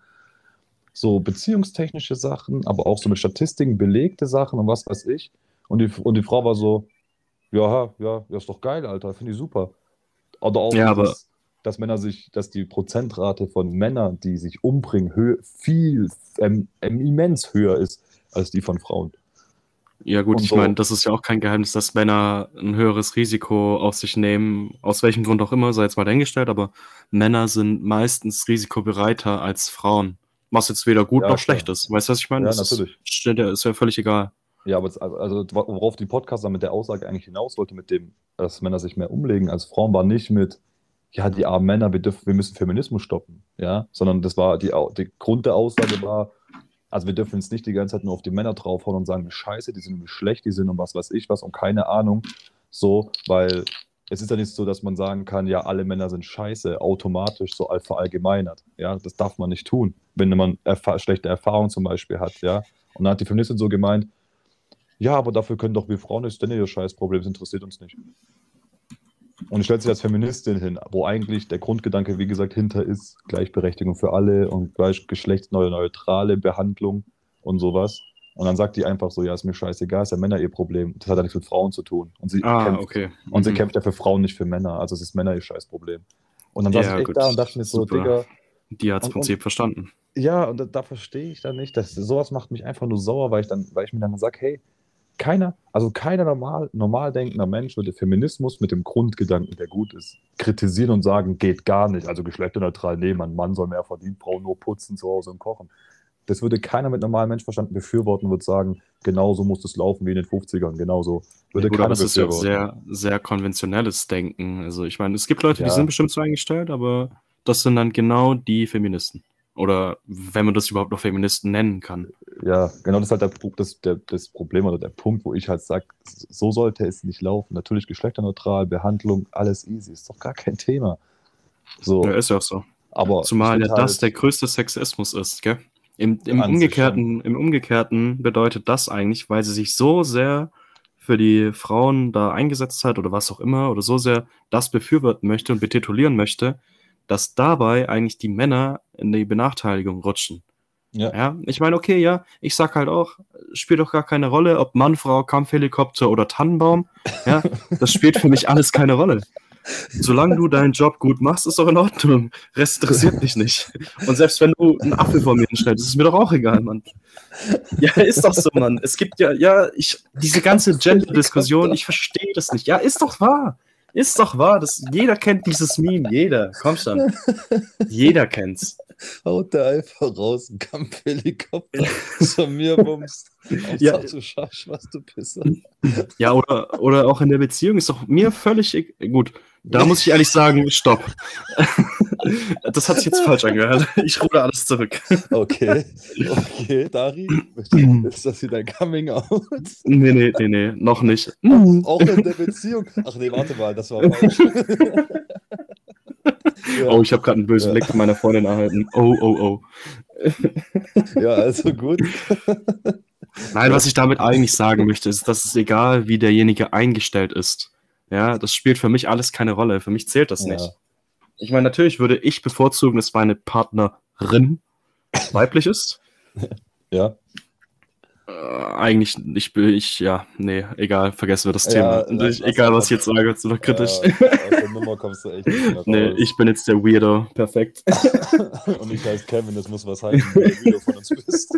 so beziehungstechnische Sachen, aber auch so mit Statistiken belegte Sachen und was weiß ich. Und die, und die Frau war so, ja, ja, ja, ist doch geil, Alter, finde ich super. Oder auch Ja, aber- dieses, dass Männer sich, dass die Prozentrate von Männern, die sich umbringen, hö viel, ähm, ähm, immens höher ist als die von Frauen. Ja gut, Und ich so- meine, das ist ja auch kein Geheimnis, dass Männer ein höheres Risiko auf sich nehmen, aus welchem Grund auch immer, sei jetzt mal dahingestellt, aber Männer sind meistens risikobereiter als Frauen. Was jetzt weder gut Ja, noch klar. schlecht ist. Weißt du, was ich meine? Ja, Das ist- natürlich. Ist, ja- ist ja völlig egal. Ja, aber es- also, worauf die Podcaster mit der Aussage eigentlich hinaus wollte, mit dem, dass Männer sich mehr umlegen als Frauen, war nicht mit, ja, die armen Männer, wir, dürfen, wir müssen Feminismus stoppen, ja, sondern das war, die, Au- die Grund der Aussage war, also wir dürfen jetzt nicht die ganze Zeit nur auf die Männer draufhauen und sagen, wie scheiße, die sind, wie schlecht die sind und was weiß ich was und keine Ahnung, so, weil es ist ja nicht so, dass man sagen kann, ja, alle Männer sind scheiße, automatisch so all- verallgemeinert, ja, das darf man nicht tun, wenn man erfa schlechte Erfahrungen zum Beispiel hat, ja, und dann hat die Feministin so gemeint, ja, aber dafür können doch wir Frauen, das ist denn ihr Scheißproblem, das interessiert uns nicht. Und stellt sich als Feministin hin, wo eigentlich der Grundgedanke, wie gesagt, hinter ist Gleichberechtigung für alle und gleich geschlechtsneutrale Behandlung und sowas. Und dann sagt die einfach so, ja, ist mir scheißegal, ist ja Männer ihr Problem. Das hat ja nichts mit Frauen zu tun. Und sie, Ah, kämpft, okay. und sie Mhm. kämpft ja für Frauen, nicht für Männer. Also es ist Männer ihr Scheißproblem. Und dann saß Ja, ich echt gut. da und dachte mir so, Super. Digga, Die hat's Und- Prinzip verstanden. ja, und da, da verstehe ich dann nicht, dass sowas macht mich einfach nur sauer, weil ich dann, weil ich mir dann sage, hey, keiner, also keiner normal, normal denkender Mensch würde Feminismus mit dem Grundgedanken, der gut ist, kritisieren und sagen, geht gar nicht. Also geschlechterneutral, nee, man Mann soll mehr verdienen, Frau nur putzen zu Hause und kochen. Das würde keiner mit normalem Menschenverstand befürworten und würde sagen, genauso muss das laufen wie in den fünfzigern, genauso. Würde Gut, keiner aber das ist ja befürworten. sehr, sehr konventionelles Denken. Also ich meine, es gibt Leute, die Ja. sind bestimmt so eingestellt, aber das sind dann genau die Feministen. Oder wenn man das überhaupt noch Feministen nennen kann. Ja, genau das ist halt der, Pro- das, der, das Problem oder der Punkt, wo ich halt sage, so sollte es nicht laufen. Natürlich geschlechterneutral, Behandlung, alles easy, ist doch gar kein Thema. So, Ja, ist ja auch so. aber Zumal ich ja find das halt, der größte Sexismus ist, gell? Im, im, an sich schon. Umgekehrten, Im Umgekehrten bedeutet das eigentlich, weil sie sich so sehr für die Frauen da eingesetzt hat oder was auch immer oder so sehr das befürworten möchte und betitulieren möchte, dass dabei eigentlich die Männer in die Benachteiligung rutschen. Ja, Ja, ich meine, okay, ja, ich sag halt auch, spielt doch gar keine Rolle, ob Mann, Frau, Kampfhelikopter oder Tannenbaum. Ja, das spielt für mich alles keine Rolle. Solange du deinen Job gut machst, ist doch in Ordnung. Rest interessiert mich nicht. Und selbst wenn du einen Apfel vor mir hinstellst, ist es mir doch auch egal, Mann. Ja, ist doch so, Mann. Es gibt ja, ja, ich, diese ganze Gender-Diskussion, ich verstehe das nicht. Ja, ist doch wahr. Ist doch wahr. Das, jeder kennt dieses Meme. Jeder. Komm schon. Jeder kennt's. haut der einfach raus, ein Kampfhelikopter von mir bummst. Ja. Hauptsache du schaffst, was du Pisser. Ja, oder, oder auch in der Beziehung ist doch mir völlig e- gut. Da muss ich ehrlich sagen, stopp. Das hat sich jetzt falsch angehört. Ich rufe alles zurück. Okay, okay, Dari, ist das hier dein Coming Out? Nee, nee, nee, nee, noch nicht. Auch in der Beziehung? Ach nee, warte mal, das war falsch. Ja. Oh, ich habe gerade einen bösen Ja. Blick von meiner Freundin erhalten. Oh, oh, oh. Ja, also gut. Nein, was ich damit eigentlich sagen möchte, ist, dass es egal, wie derjenige eingestellt ist. Ja, das spielt für mich alles keine Rolle. Für mich zählt das Ja. nicht. Ich meine, natürlich würde ich bevorzugen, dass meine Partnerin weiblich ist. Ja, Äh, eigentlich, ich bin, ich, ja, nee, egal, vergessen wir das Ja, Thema. lass- ich, lass egal, was einfach- ich jetzt sage, ist noch kritisch. Äh, aus der Nummer kommst du echt nicht mehr raus. Nee, ich bin jetzt der Weirdo. Perfekt. Und ich heiße Kevin, das muss was heißen, wenn du wieder von uns bist.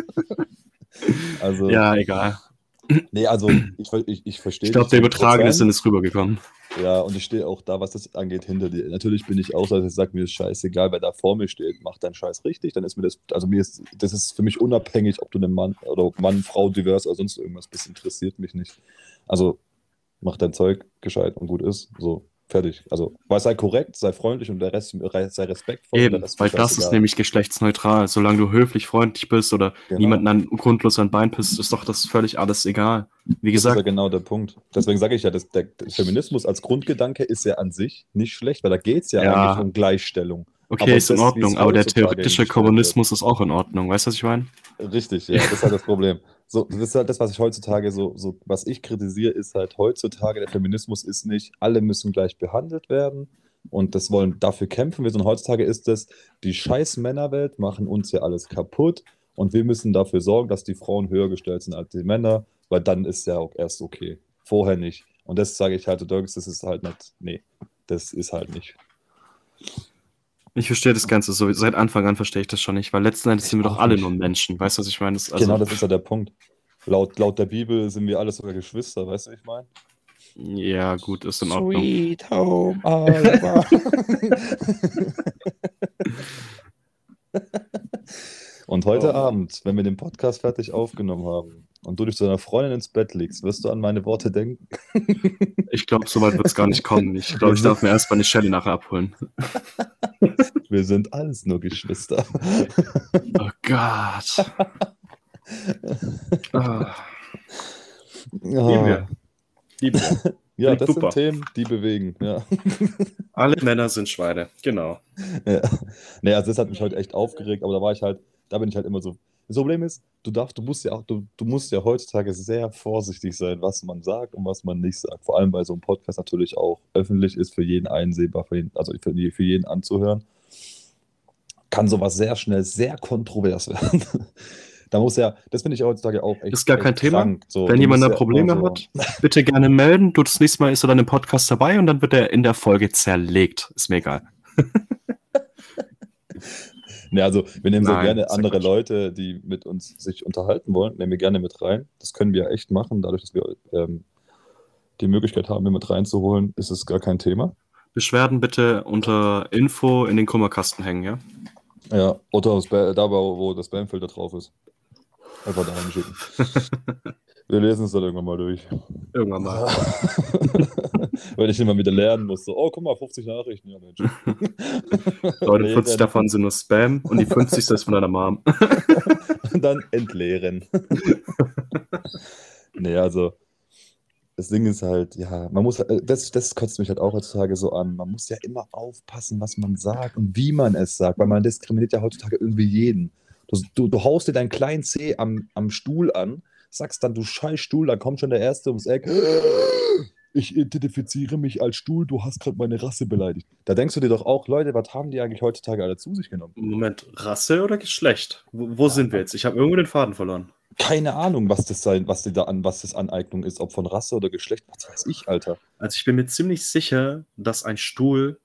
Also, Ja, egal. nee, also ich, ich, ich verstehe Ich glaube, dich der zu übertragene Prozent. Sinn ist rübergekommen. Ja, und ich stehe auch da, was das angeht, hinter dir. Natürlich bin ich auch so, dass ich sage, mir ist scheißegal, wer da vor mir steht, macht deinen Scheiß richtig, dann ist mir das, also mir ist, das ist für mich unabhängig, ob du ein Mann oder Mann, Frau, divers oder sonst irgendwas bist, interessiert mich nicht. Also mach dein Zeug gescheit und gut ist, so, fertig. Also sei korrekt, sei freundlich und der Rest sei respektvoll. und der Eben, Rest weil mir das ist scheißegal. nämlich geschlechtsneutral. Solange du höflich, freundlich bist oder Genau. niemanden an, grundlos an Bein pisst, ist doch das völlig alles egal. Wie Das ist ja gesagt, genau der Punkt. Deswegen sage ich ja, dass der, der Feminismus als Grundgedanke ist ja an sich nicht schlecht, weil da geht es ja, Ja. eigentlich um Gleichstellung. okay, aber ist in das, wie Ordnung, es aber der heutzutage theoretische hingestellt Kommunismus ist auch in Ordnung. Weißt du, was ich meine? Richtig, ja, das ist halt das Problem. So, das ist halt das, was ich heutzutage so, so, was ich kritisiere, ist halt heutzutage, der Feminismus ist nicht, alle müssen gleich behandelt werden und das wollen, dafür kämpfen wir, sondern heutzutage ist es, die scheiß Männerwelt machen uns ja alles kaputt und wir müssen dafür sorgen, dass die Frauen höher gestellt sind als die Männer, weil dann ist ja auch erst okay. Vorher nicht. Und das sage ich halt, du Dirks, das ist halt nicht, nee, das ist halt nicht. Ich verstehe das Ganze so. Seit Anfang an verstehe ich das schon nicht, weil letzten Endes sind wir Ich doch auch alle nicht. nur Menschen. Weißt du, was ich meine? Das, also, Genau, das ist ja der Punkt. Laut, laut der Bibel sind wir alle sogar Geschwister, weißt du, wie ich meine? Ja, gut, ist in Ordnung. Sweet Home Alabama. Und heute Oh. Abend, wenn wir den Podcast fertig aufgenommen haben und du dich zu deiner Freundin ins Bett legst, wirst du an meine Worte denken? Ich glaube, so weit wird es gar nicht kommen. Ich glaube, ich darf mir erstmal eine Shelly nachher abholen. Wir sind alles nur Geschwister. Oh Gott. Ah, lieben wir. Lieben wir. Ja, Finde ich das super. sind Themen, die bewegen. Ja. Alle Männer sind Schweine. Genau. Ja. Nee, also das hat mich heute echt aufgeregt, aber da war ich halt, da bin ich halt immer so. Das Problem ist, du darfst, du musst ja auch, du, du musst ja heutzutage sehr vorsichtig sein, was man sagt und was man nicht sagt. Vor allem, weil so ein Podcast natürlich auch öffentlich ist, für jeden einsehbar, für jeden, also für, für jeden anzuhören. Kann sowas sehr schnell sehr kontrovers werden. Da muss ja, das finde ich heutzutage auch echt. Ist gar kein echt Thema. krank. So, Wenn du jemand musst da ja Probleme immer hat, bitte gerne melden. Du, das nächste Mal ist er dann im Podcast dabei und dann wird er in der Folge zerlegt. Ist mir egal. Ne, also wir nehmen sehr Nein, gerne ist ja andere Quatsch. Leute, die mit uns sich unterhalten wollen, nehmen wir gerne mit rein. Das können wir echt machen, dadurch, dass wir ähm, die Möglichkeit haben, wir mit reinzuholen, ist es gar kein Thema. Beschwerden bitte unter Info in den Kummerkasten hängen, ja? Ja, oder Spa- da, wo wo das Spamfilter drauf ist. Einfach da reinschicken. Wir lesen es dann irgendwann mal durch. Irgendwann mal. Weil ich immer wieder lernen muss. So, oh, guck mal, fünfzig Nachrichten. Ja, Mensch. Leute, vierzig Lesen. davon sind nur Spam und die fünfzigste ist von deiner Mom. Und dann entleeren. Nee, also, das Ding ist halt, ja, man muss, äh, das, das kotzt mich halt auch heutzutage so an. Man muss ja immer aufpassen, was man sagt und wie man es sagt, weil man diskriminiert ja heutzutage irgendwie jeden. Du, du, du haust dir deinen kleinen Zeh am, am Stuhl an, sagst dann, du scheiß Stuhl, dann kommt schon der Erste ums Eck. Ich identifiziere mich als Stuhl, du hast gerade meine Rasse beleidigt. Da denkst du dir doch auch, Leute, was haben die eigentlich heutzutage alle zu sich genommen? Moment, Rasse oder Geschlecht? Wo, wo sind wir jetzt? Ich habe irgendwo den Faden verloren. Keine Ahnung, was das sein, was die da an, was das Aneignung ist, ob von Rasse oder Geschlecht, was weiß ich, Alter. Also ich bin mir ziemlich sicher, dass ein Stuhl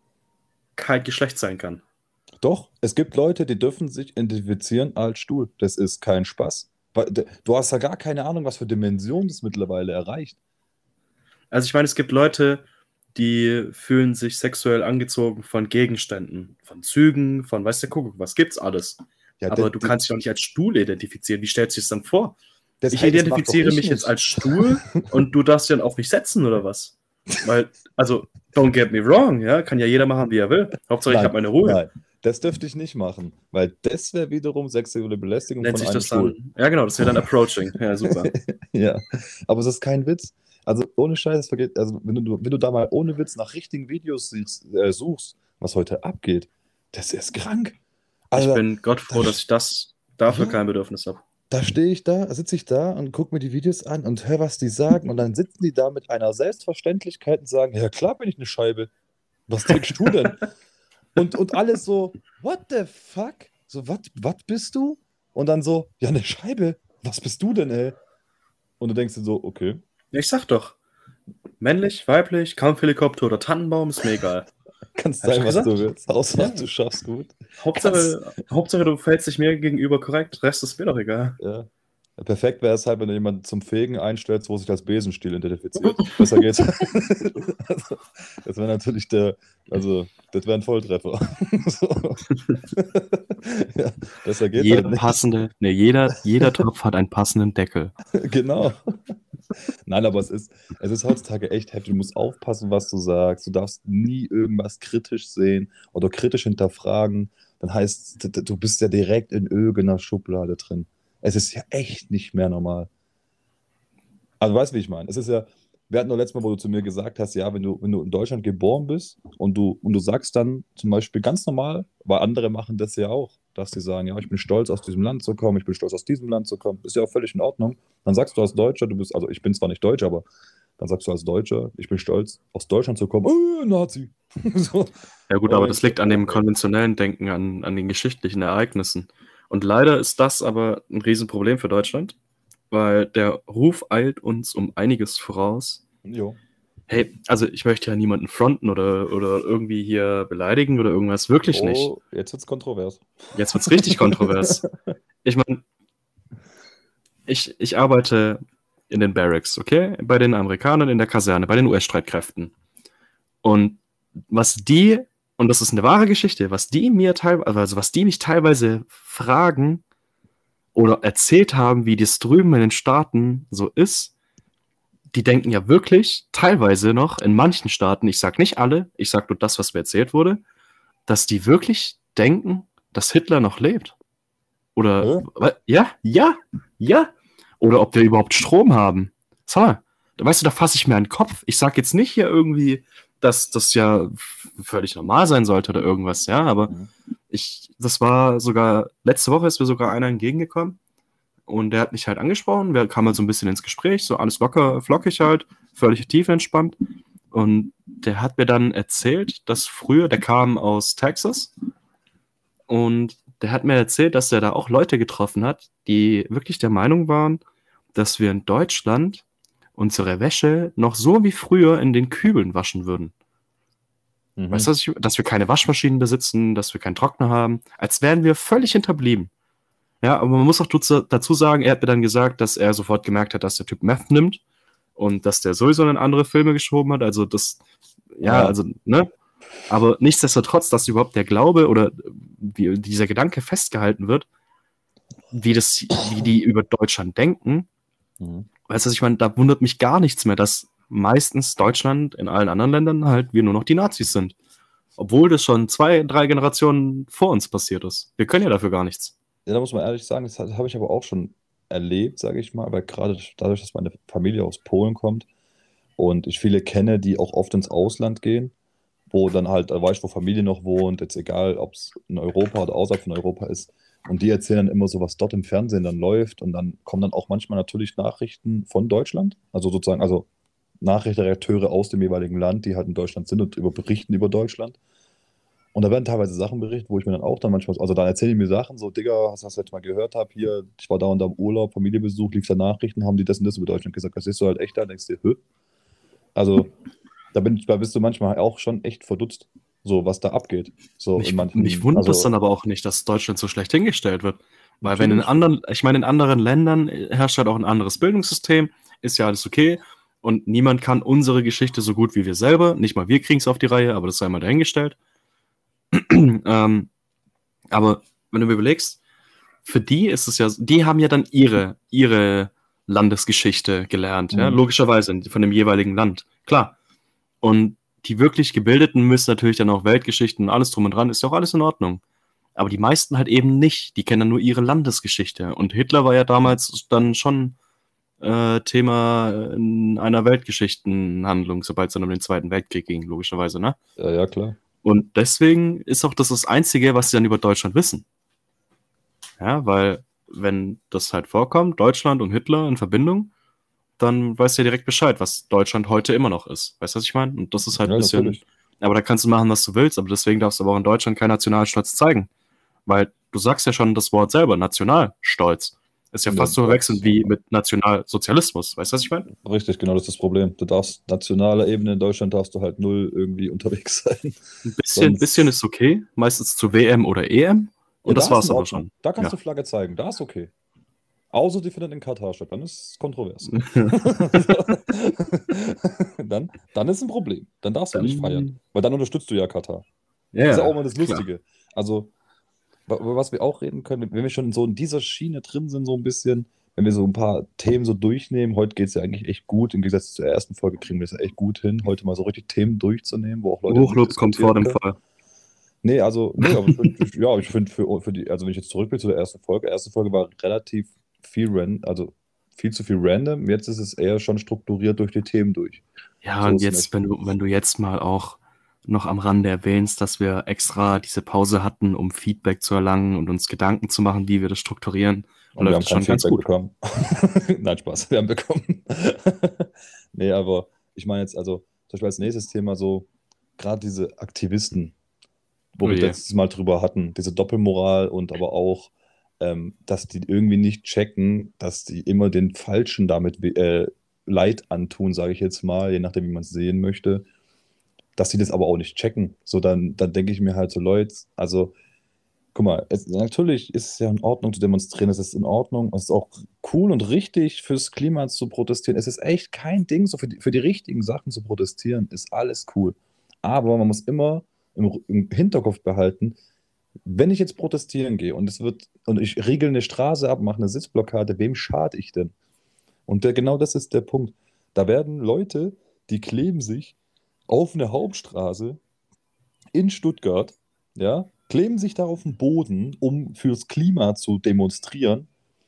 kein Geschlecht sein kann. Doch, es gibt Leute, die dürfen sich identifizieren als Stuhl. Das ist kein Spaß. Weil, d- Du hast ja gar keine Ahnung, was für Dimensionen das mittlerweile erreicht. Also ich meine, es gibt Leute, die fühlen sich sexuell angezogen von Gegenständen, von Zügen, von weiß der Kuckuck, was gibt's alles. Ja, Aber das, du kannst dich doch nicht als Stuhl identifizieren. Wie stellst du es dann vor? das, Ich ey, das mach doch identifiziere ich mich jetzt nicht. als Stuhl und du darfst dich dann auf mich setzen oder was? Weil, also, don't get me wrong, ja, kann ja jeder machen, wie er will. Hauptsache, ich Nein, habe meine Ruhe. nein, das dürfte ich nicht machen, weil das wäre wiederum sexuelle Belästigung Nennt von sich einem das Stuhl. dann, ja genau, das wäre dann Approaching. Ja, super. Ja, aber es ist kein Witz. Also ohne Scheiß, es vergeht, also wenn du, wenn du da mal ohne Witz nach richtigen Videos siehst, äh, suchst, was heute abgeht, das ist krank. Ich Also bin Gott da, froh, dass ich das dafür ja, kein Bedürfnis habe. da stehe ich da, sitze ich da und gucke mir die Videos an und höre, was die sagen. Und dann sitzen die da mit einer Selbstverständlichkeit und sagen, ja klar bin ich eine Scheibe. Was denkst du denn? Und, und alles so, what the fuck? So, was bist du? Und dann so, ja, eine Scheibe. Was bist du denn, ey? Und du denkst dir so, okay. Ja, ich sag doch, männlich, weiblich, Kampfhelikopter oder Tannenbaum, ist mir egal. Kannst Hab ich sein, doch was du gesagt? willst. Hauptsache, Ja. du schaffst gut. Kannst, Hauptsache, Hauptsache, du verhältst dich mir gegenüber korrekt, Rest ist mir doch egal. ja. Perfekt wäre es halt, wenn du jemanden zum Fegen einstellst, wo sich als Besenstiel identifiziert. Besser geht's. Also, das wäre natürlich der, also, das wäre ein Volltreffer. So. Ja, besser geht's Jeder halt nicht. passende, ne, jeder, jeder Topf hat einen passenden Deckel. Genau. Nein, aber es ist, es ist heutzutage echt heftig. Du musst aufpassen, was du sagst. Du darfst nie irgendwas kritisch sehen oder kritisch hinterfragen. Dann heißt, d- d- du bist ja direkt in irgendeiner Schublade drin. Es ist ja echt nicht mehr normal. Also, weißt du, wie ich meine? Es ist ja, wir hatten doch letztes Mal, wo du zu mir gesagt hast, ja, wenn du, wenn du in Deutschland geboren bist und du, und du sagst dann zum Beispiel ganz normal, weil andere machen das ja auch, dass sie sagen, ja, ich bin stolz, aus diesem Land zu kommen, ich bin stolz, aus diesem Land zu kommen. Ist ja auch völlig in Ordnung. Dann sagst du als Deutscher, du bist, also ich bin zwar nicht Deutsch, aber dann sagst du als Deutscher, ich bin stolz, aus Deutschland zu kommen. Oh, Nazi. So. Ja gut, Und aber dann das denkst liegt du, an dem okay. konventionellen Denken, an, an den geschichtlichen Ereignissen. Und leider ist das aber ein Riesenproblem für Deutschland, weil der Ruf eilt uns um einiges voraus. Jo. Hey, also ich möchte ja niemanden fronten oder, oder irgendwie hier beleidigen oder irgendwas, wirklich nicht. Oh, jetzt wird's kontrovers. Jetzt wird's richtig kontrovers. Ich meine, ich, ich arbeite in den Barracks, okay? Bei den Amerikanern in der Kaserne, bei den U S-Streitkräften. Und was die, und das ist eine wahre Geschichte, was die mir teilweise, also was die mich teilweise fragen oder erzählt haben, wie das drüben in den Staaten so ist, die denken ja wirklich teilweise noch in manchen Staaten, ich sag nicht alle, ich sag nur das, was mir erzählt wurde, dass die wirklich denken, dass Hitler noch lebt. Oder, Hä? wa- ja, ja, ja. Oder ob wir überhaupt Strom haben. Sag mal, da weißt du, da fasse ich mir einen Kopf. Ich sag jetzt nicht hier irgendwie, dass das ja f- völlig normal sein sollte oder irgendwas, ja, aber Mhm. ich, das war sogar, letzte Woche ist mir sogar einer entgegengekommen und der hat mich halt angesprochen, wir kamen halt so ein bisschen ins Gespräch, so alles locker, flockig halt, völlig tiefenentspannt und der hat mir dann erzählt, dass früher, der kam aus Texas und der hat mir erzählt, dass er da auch Leute getroffen hat, die wirklich der Meinung waren, dass wir in Deutschland unsere Wäsche noch so wie früher in den Kübeln waschen würden. Mhm. Weißt du, dass, ich, dass wir keine Waschmaschinen besitzen, dass wir keinen Trockner haben, als wären wir völlig hinterblieben. Ja, aber man muss auch dazu dazu sagen, er hat mir dann gesagt, dass er sofort gemerkt hat, dass der Typ Meth nimmt und dass der sowieso in andere Filme geschoben hat. Also das, ja, Ja. also, ne? Aber nichtsdestotrotz, dass überhaupt der Glaube oder wie dieser Gedanke festgehalten wird, wie, das, wie die über Deutschland denken, Mhm. weißt du, ich meine, da wundert mich gar nichts mehr, dass meistens Deutschland in allen anderen Ländern halt wir nur noch die Nazis sind. Obwohl das schon zwei, drei Generationen vor uns passiert ist. Wir können ja dafür gar nichts. Ja, da muss man ehrlich sagen, das habe ich aber auch schon erlebt, sage ich mal, weil gerade dadurch, dass meine Familie aus Polen kommt, Und ich viele kenne, die auch oft ins Ausland gehen, wo dann halt, da weiß ich, wo Familie noch wohnt, jetzt egal, ob es in Europa oder außerhalb von Europa ist. Und die erzählen dann immer so, was dort im Fernsehen dann läuft. Und dann kommen dann auch manchmal natürlich Nachrichten von Deutschland. Also sozusagen, also Nachrichtenredakteure aus dem jeweiligen Land, die halt in Deutschland sind und über berichten über Deutschland. Und da werden teilweise Sachen berichtet, wo ich mir dann auch dann manchmal, also da erzählen die mir Sachen, so, Digga, hast du das jetzt mal gehört hab, hier, ich war da und da im Urlaub, Familienbesuch, lief da Nachrichten, haben die das und das über Deutschland gesagt, das siehst du halt echt da, denkst dir, hä? Also, da bin ich, da bist du manchmal auch schon echt verdutzt, so, was da abgeht. So Mich, in mich manchen, wundert es dann also, aber auch nicht, dass Deutschland so schlecht hingestellt wird. Weil wenn in natürlich, anderen, ich meine, in anderen Ländern herrscht halt auch ein anderes Bildungssystem, ist ja alles okay. Und niemand kann unsere Geschichte so gut wie wir selber. Nicht mal wir kriegen es auf die Reihe, aber das sei mal dahingestellt. ähm, aber wenn du mir überlegst, für die ist es ja, die haben ja dann ihre, ihre Landesgeschichte gelernt, ja, mhm. logischerweise von dem jeweiligen Land. Klar. Und die wirklich Gebildeten müssen natürlich dann auch Weltgeschichten und alles drum und dran, ist ja auch alles in Ordnung. Aber die meisten halt eben nicht. Die kennen dann nur ihre Landesgeschichte. Und Hitler war ja damals dann schon äh, Thema in einer Weltgeschichtenhandlung, sobald es dann um den Zweiten Weltkrieg ging, logischerweise, ne? Ja, ja, klar. Und deswegen ist auch das das Einzige, was sie dann über Deutschland wissen. Ja, weil wenn das halt vorkommt, Deutschland und Hitler in Verbindung, dann weißt du ja direkt Bescheid, was Deutschland heute immer noch ist. Weißt du, was ich meine? Und das ist halt ein Ja, bisschen, natürlich. aber da kannst du machen, was du willst, aber deswegen darfst du aber auch in Deutschland keinen Nationalstolz zeigen. Weil du sagst ja schon das Wort selber, Nationalstolz. Ist ja Ja, fast so verwechselnd das, wie mit Nationalsozialismus. Weißt du, was ich meine? richtig, genau das ist das Problem. Du darfst, nationaler Ebene in Deutschland darfst du halt null irgendwie unterwegs sein. Ein bisschen, bisschen Sonst, ist okay, meistens zu W M oder E M. ja, Und da das ist in war's aber Ordnung. schon. Da kannst du Ja. Flagge zeigen, da ist okay. Außer die findet in Katar statt, dann ist es kontrovers. dann, dann ist ein Problem. Dann darfst du nicht feiern. Dann, Weil dann unterstützt du ja Katar. ja, Das ist ja auch ja, mal das klar. Lustige. Also, wa- über was wir auch reden können, wenn wir schon so in dieser Schiene drin sind, so ein bisschen, wenn wir so ein paar Themen so durchnehmen, heute geht es ja eigentlich echt gut. Im Gegensatz zur ersten Folge kriegen wir es ja echt gut hin, heute mal so richtig Themen durchzunehmen, wo auch Leute Hochlob kommt vor mitdiskutieren dem können. Fall. Nee, also, nee, aber ich find, ich, ja, ich finde für, für die, also wenn ich jetzt zurück will zu der ersten Folge, erste Folge war relativ viel ran, also viel zu viel random. Jetzt ist es eher schon strukturiert durch die Themen durch. Ja, So und ist es jetzt, nicht. wenn du, wenn du jetzt mal auch noch am Rande erwähnst, dass wir extra diese Pause hatten, um Feedback zu erlangen und uns Gedanken zu machen, wie wir das strukturieren, Und wir läuft haben es kein schon ganz Feedback gut. bekommen. Nein, Spaß, wir haben bekommen. Nee, aber ich meine jetzt, also, zum Beispiel als nächstes Thema so, gerade diese Aktivisten, wo Oh wir je. letztes Mal drüber hatten, diese Doppelmoral und aber auch, ähm, dass die irgendwie nicht checken, dass die immer den Falschen damit äh, Leid antun, sage ich jetzt mal, je nachdem, wie man es sehen möchte, dass die das aber auch nicht checken. So, dann, dann denke ich mir halt so, Leute, also, guck mal, es, natürlich ist es ja in Ordnung zu demonstrieren, es ist in Ordnung, es ist auch cool und richtig fürs Klima zu protestieren. Es ist echt kein Ding, so für die, für die richtigen Sachen zu protestieren, ist alles cool. Aber man muss immer im, im Hinterkopf behalten, wenn ich jetzt protestieren gehe und es wird und ich riegel eine Straße ab, mache eine Sitzblockade, wem schade ich denn? Und der, genau das ist der Punkt. Da werden Leute, die kleben sich auf eine Hauptstraße in Stuttgart, ja, kleben sich da auf den Boden, um fürs Klima zu demonstrieren.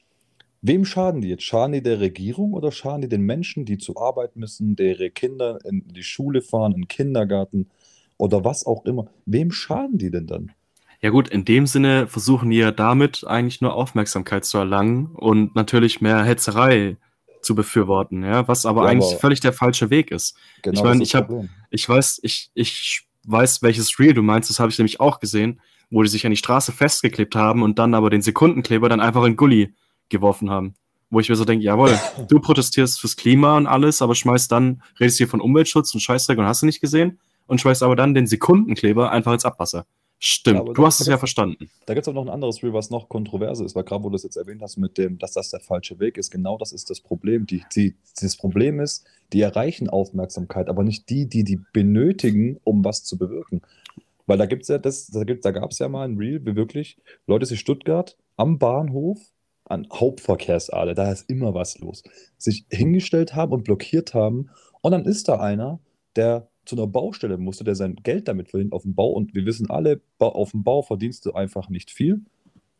Wem schaden die jetzt? Schaden die der Regierung oder schaden die den Menschen, die zur Arbeit müssen, der ihre Kinder in die Schule fahren, in den Kindergarten oder was auch immer? Wem schaden die denn dann? Ja gut, in dem Sinne versuchen die ja damit eigentlich nur Aufmerksamkeit zu erlangen und natürlich mehr Hetzerei zu befürworten, ja, was aber Ja, eigentlich aber völlig der falsche Weg ist. Ich genau das meine, ist ich das habe, Problem. ich weiß, ich, ich weiß, welches Reel du meinst, das habe ich nämlich auch gesehen, wo die sich an die Straße festgeklebt haben und dann aber den Sekundenkleber dann einfach in Gully geworfen haben. Wo ich mir so denke, jawohl, du protestierst fürs Klima und alles, aber schmeißt dann, redest hier von Umweltschutz und Scheißdreck und hast du nicht gesehen und schmeißt aber dann den Sekundenkleber einfach ins Abwasser. Ja, Stimmt, aber du da, hast da es ja gibt es verstanden. da gibt's auch noch ein anderes Reel, was noch kontroverser ist, weil gerade wo du das jetzt erwähnt hast mit dem, dass das der falsche Weg ist, genau das ist das Problem. Die, die, das Problem ist, die erreichen Aufmerksamkeit, aber nicht die, die die benötigen, um was zu bewirken. Weil da gibt's ja das, da gibt, da gab es ja mal ein Reel, wie wirklich Leute sich Stuttgart am Bahnhof an Hauptverkehrsader, da ist immer was los, sich hingestellt haben und blockiert haben. Und dann ist da einer, der zu einer Baustelle musste, der sein Geld damit verdient auf dem Bau. Und wir wissen alle, ba- auf dem Bau verdienst du einfach nicht viel.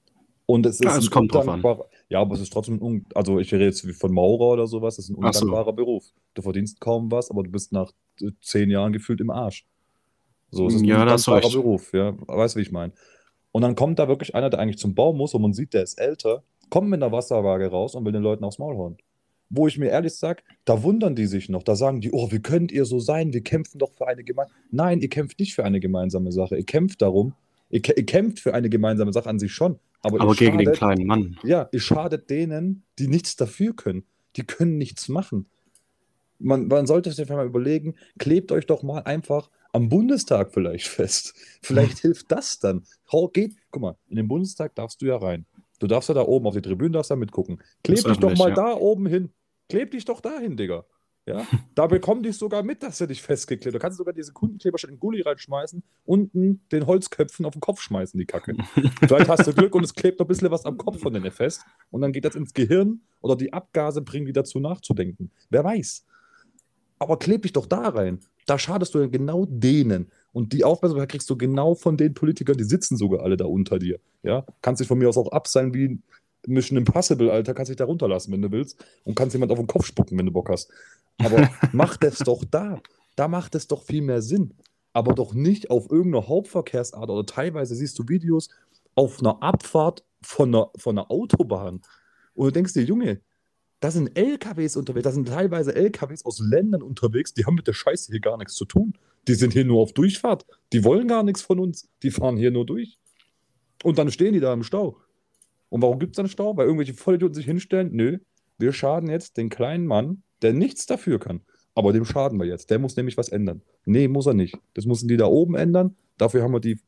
Und es Ja, ist es ein kommt drauf an. undankbarer, ja, aber es ist trotzdem, ein un, also ich rede jetzt wie von Maurer oder sowas, das ist ein Ach so. undankbarer Beruf. Du verdienst kaum was, aber du bist nach äh, zehn Jahren gefühlt im Arsch. So, es ist ein Ja, da hast du undankbarer recht. Beruf, ja, weißt du, wie ich meine? Und dann kommt da wirklich einer, der eigentlich zum Bau muss und man sieht, der ist älter, kommt mit einer Wasserwaage raus und will den Leuten aufs Maul hauen. Wo ich mir ehrlich sage, da wundern die sich noch, da sagen die, oh, wie könnt ihr so sein, wir kämpfen doch für eine gemeinsame. Nein, ihr kämpft nicht für eine gemeinsame Sache, ihr kämpft darum, ihr, kä- ihr kämpft für eine gemeinsame Sache an sich schon, aber ihr Aber gegen den schadet, kleinen Mann. ja, ihr schadet denen, die nichts dafür können. Die können nichts machen. Man, man sollte sich einfach mal überlegen, klebt euch doch mal einfach am Bundestag vielleicht fest. Vielleicht hilft das dann. Hau- Geht, guck mal, in den Bundestag darfst du ja rein. Du darfst ja da oben auf die Tribünen, darfst ja mitgucken. Ist Kleb dich doch öffentlich, mal ja. da oben hin. Kleb dich doch dahin, Digga. Ja? Da bekommen die es sogar mit, dass sie dich festgeklebt. Da kannst du sogar diese Kundenkleber statt in den Gully reinschmeißen, unten den Holzköpfen auf den Kopf schmeißen, die Kacke. Vielleicht hast du Glück und es klebt noch ein bisschen was am Kopf von denen fest und dann geht das ins Gehirn oder die Abgase bringen die dazu nachzudenken. Wer weiß. Aber kleb dich doch da rein. Da schadest du ja genau denen. Und die Aufmerksamkeit kriegst du genau von den Politikern, die sitzen sogar alle da unter dir. Ja? Kannst dich von mir aus auch abseilen wie Mission Impossible, Alter. Kannst dich da runterlassen, wenn du willst. Und kannst jemand auf den Kopf spucken, wenn du Bock hast. Aber mach das doch da. Da macht es doch viel mehr Sinn. Aber doch nicht auf irgendeiner Hauptverkehrsart oder teilweise siehst du Videos auf einer Abfahrt von einer, von einer Autobahn. Und du denkst dir, Junge, da sind L K Ws unterwegs, da sind teilweise L K Ws aus Ländern unterwegs, die haben mit der Scheiße hier gar nichts zu tun. Die sind hier nur auf Durchfahrt. Die wollen gar nichts von uns. Die fahren hier nur durch. Und dann stehen die da im Stau. Und warum gibt es dann Stau? Weil irgendwelche Vollidioten sich hinstellen? Nö, wir schaden jetzt den kleinen Mann, der nichts dafür kann. Aber dem schaden wir jetzt. Der muss nämlich was ändern. Nee, muss er nicht. Das müssen die da oben ändern. Dafür haben wir die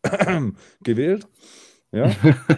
gewählt. Ja,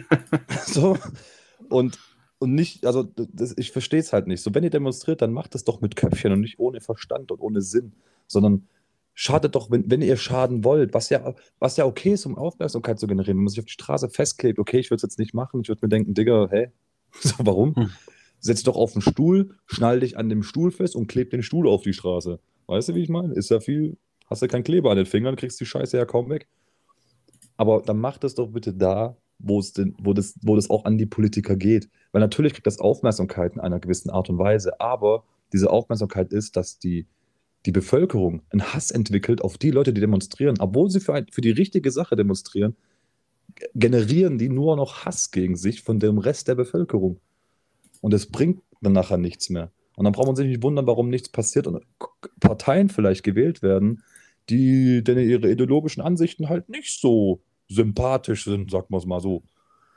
so. Und, und nicht, also das, ich verstehe es halt nicht. So, wenn ihr demonstriert, dann macht es doch mit Köpfchen und nicht ohne Verstand und ohne Sinn, sondern schadet doch, wenn, wenn ihr schaden wollt, was ja, was ja okay ist, um Aufmerksamkeit zu generieren. Wenn man sich auf die Straße festklebt, okay, ich würde es jetzt nicht machen, ich würde mir denken, Digga, hä? So, warum? Hm. Setz dich doch auf den Stuhl, schnall dich an dem Stuhl fest und kleb den Stuhl auf die Straße. Weißt du, wie ich meine? Ist ja viel, hast du keinen Kleber an den Fingern, kriegst die Scheiße ja kaum weg. Aber dann macht es doch bitte da, wo es denn, wo das, wo das auch an die Politiker geht. Weil natürlich kriegt das Aufmerksamkeit in einer gewissen Art und Weise, aber diese Aufmerksamkeit ist, dass die, die Bevölkerung einen Hass entwickelt auf die Leute, die demonstrieren. Obwohl sie für, ein, für die richtige Sache demonstrieren, generieren die nur noch Hass gegen sich von dem Rest der Bevölkerung. Und es bringt dann nachher nichts mehr. Und dann braucht man sich nicht wundern, warum nichts passiert und Parteien vielleicht gewählt werden, die denn ihre ideologischen Ansichten halt nicht so sympathisch sind, sagen wir es mal so.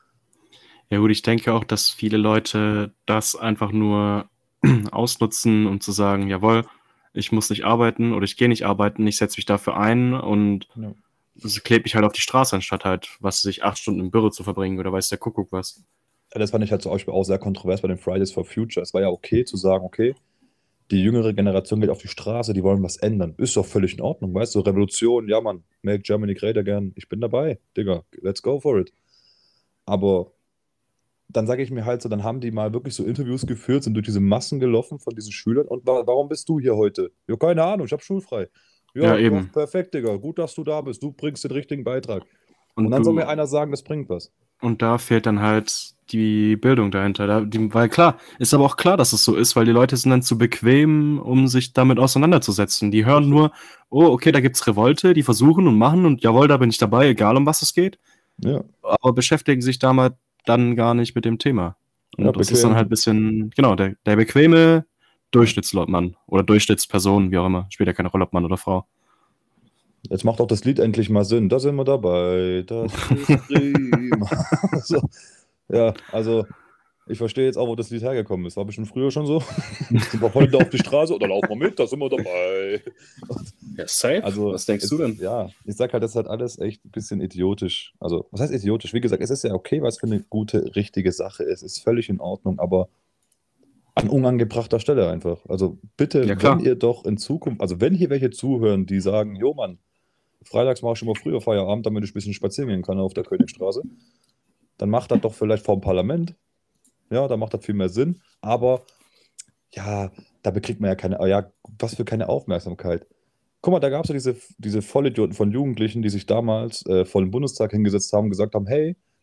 Ja gut, ich denke auch, dass viele Leute das einfach nur ausnutzen, um zu sagen, jawohl, ich muss nicht arbeiten oder ich gehe nicht arbeiten, ich setze mich dafür ein und Ja. das klebe ich halt auf die Straße, anstatt halt, was sich acht Stunden im Büro zu verbringen oder weiß der Kuckuck was. Ja, das fand ich halt zum Beispiel auch sehr kontrovers bei den Fridays for Future. Es war ja okay zu sagen, okay, die jüngere Generation geht auf die Straße, die wollen was ändern. Ist doch völlig in Ordnung, weißt du? Revolution, ja Mann, make Germany great again. Ich bin dabei, Digga, let's go for it. Aber dann sage ich mir halt so, dann haben die mal wirklich so Interviews geführt, sind durch diese Massen gelaufen von diesen Schülern. Und wa warum bist du hier heute? Ja, keine Ahnung, ich habe schulfrei. Ja, Ja, doch, eben. perfekt, Digga. Gut, dass du da bist. Du bringst den richtigen Beitrag. Und Und dann soll du, mir einer sagen, das bringt was. und da fehlt dann halt die Bildung dahinter. Da, die, weil klar, ist aber auch klar, dass es so ist, weil die Leute sind dann zu bequem, um sich damit auseinanderzusetzen. Die hören nur, oh, okay, da gibt's Revolte, die versuchen und machen und jawohl, da bin ich dabei, egal um was es geht. Ja, Aber beschäftigen sich damit dann gar nicht mit dem Thema. Und ja, das ist dann halt ein bequem. bisschen, genau, der, der bequeme Durchschnittsmann oder Durchschnittsperson, wie auch immer. Spielt ja keine Rolle, ob Mann oder Frau. Jetzt macht auch das Lied endlich mal Sinn. Da sind wir dabei. Das ist prima. So, ja, also ich verstehe jetzt auch, wo das Lied hergekommen ist. War bestimmt früher schon so. Sind wir heute auf die Straße oder laufen wir mit? Da sind wir dabei. Ja, safe. Also, Was denkst es, du denn? ja, ich sag halt, das ist halt alles echt ein bisschen idiotisch. Also, was heißt idiotisch? Wie gesagt, es ist ja okay, was für eine gute, richtige Sache ist. Ist völlig in Ordnung, aber an unangebrachter Stelle einfach. Also, bitte, Ja, wenn klar. ihr doch in Zukunft, also wenn hier welche zuhören, die sagen, jo Mann, freitags mache ich schon mal früher Feierabend, damit ich ein bisschen spazieren gehen kann auf der Königstraße, dann macht das doch vielleicht vor dem Parlament. Ja, da macht das viel mehr Sinn. Aber ja, da bekriegt man ja keine, ja, was für keine Aufmerksamkeit. Guck mal, da gab es ja diese, diese Vollidioten von Jugendlichen, die sich damals äh, vor dem Bundestag hingesetzt haben und gesagt haben, hey,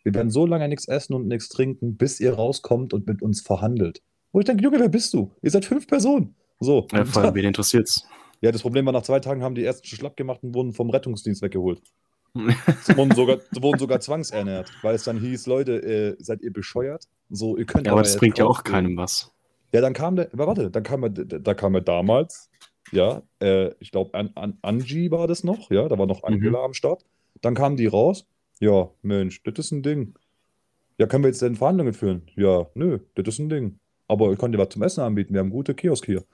wir werden so lange nichts essen und nichts trinken, bis ihr rauskommt und mit uns verhandelt. Wo ich denke, Junge, wer bist du? Ihr seid fünf Personen. So. Ja, vor allem, wen interessiert's? Ja, das Problem war, nach zwei Tagen haben die ersten schon schlapp gemacht und wurden vom Rettungsdienst weggeholt. Sie wurden sogar, wurden sogar zwangsernährt, weil es dann hieß, Leute, äh, seid ihr bescheuert? So, ihr könnt Ja, aber aber das jetzt bringt ja auch rausgehen. keinem was. Ja, dann kam der, aber warte, dann kam er, da kam er damals, ja, äh, ich glaube, an, an, Angie war das noch, ja, da war noch Angela Mhm. am Start. Dann kamen die raus, ja, Mensch, das ist ein Ding. Ja, können wir jetzt denn Verhandlungen führen? Ja, nö, das ist ein Ding. Aber ich konnte dir was zum Essen anbieten, wir haben gute Kiosk hier.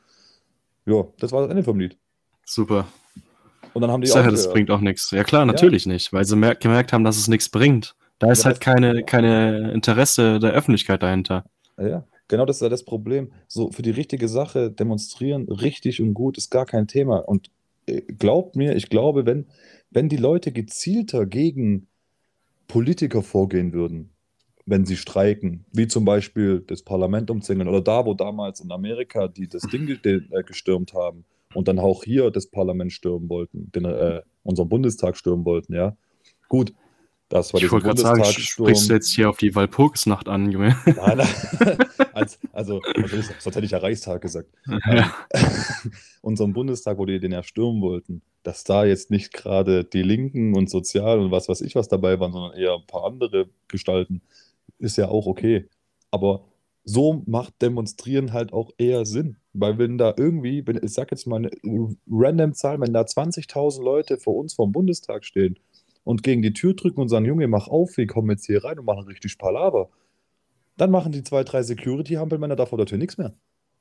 Ja, das war das Ende vom Lied. Super. Und dann haben Ich die sage, das aufgehört. bringt auch nichts. Ja klar, Ja, natürlich nicht, weil sie mer gemerkt haben, dass es nichts bringt. Da ist ja, halt das, keine, keine Interesse der Öffentlichkeit dahinter. ja, genau das ist ja das Problem. So für die richtige Sache demonstrieren, richtig und gut, ist gar kein Thema. Und äh, glaubt mir, ich glaube, wenn, wenn die Leute gezielter gegen Politiker vorgehen würden, wenn sie streiken, wie zum Beispiel das Parlament umzingeln oder da, wo damals in Amerika die das Ding ge äh, gestürmt haben und dann auch hier das Parlament stürmen wollten, den, äh, unseren Bundestag stürmen wollten, ja. Gut, das war Ich dieser wollte gerade sagen, sprichst du Bundestagssturm. jetzt hier auf die Walpurgisnacht an, Junge? Nein, nein. Als, also, was soll ich sagen? Sonst hätte ich ja Reichstag gesagt. Ähm, Ja. unseren Bundestag, wo die den ja stürmen wollten, dass da jetzt nicht gerade die Linken und Sozial und was weiß ich was dabei waren, sondern eher ein paar andere Gestalten, ist ja auch okay. Aber so macht Demonstrieren halt auch eher Sinn. Weil wenn da irgendwie, wenn, ich sag jetzt mal eine random Zahl, wenn da zwanzigtausend Leute vor uns vom Bundestag stehen und gegen die Tür drücken und sagen, Junge, mach auf, wir kommen jetzt hier rein und machen richtig Palaver, dann machen die zwei, drei Security-Hampelmänner da vor der Tür nichts mehr.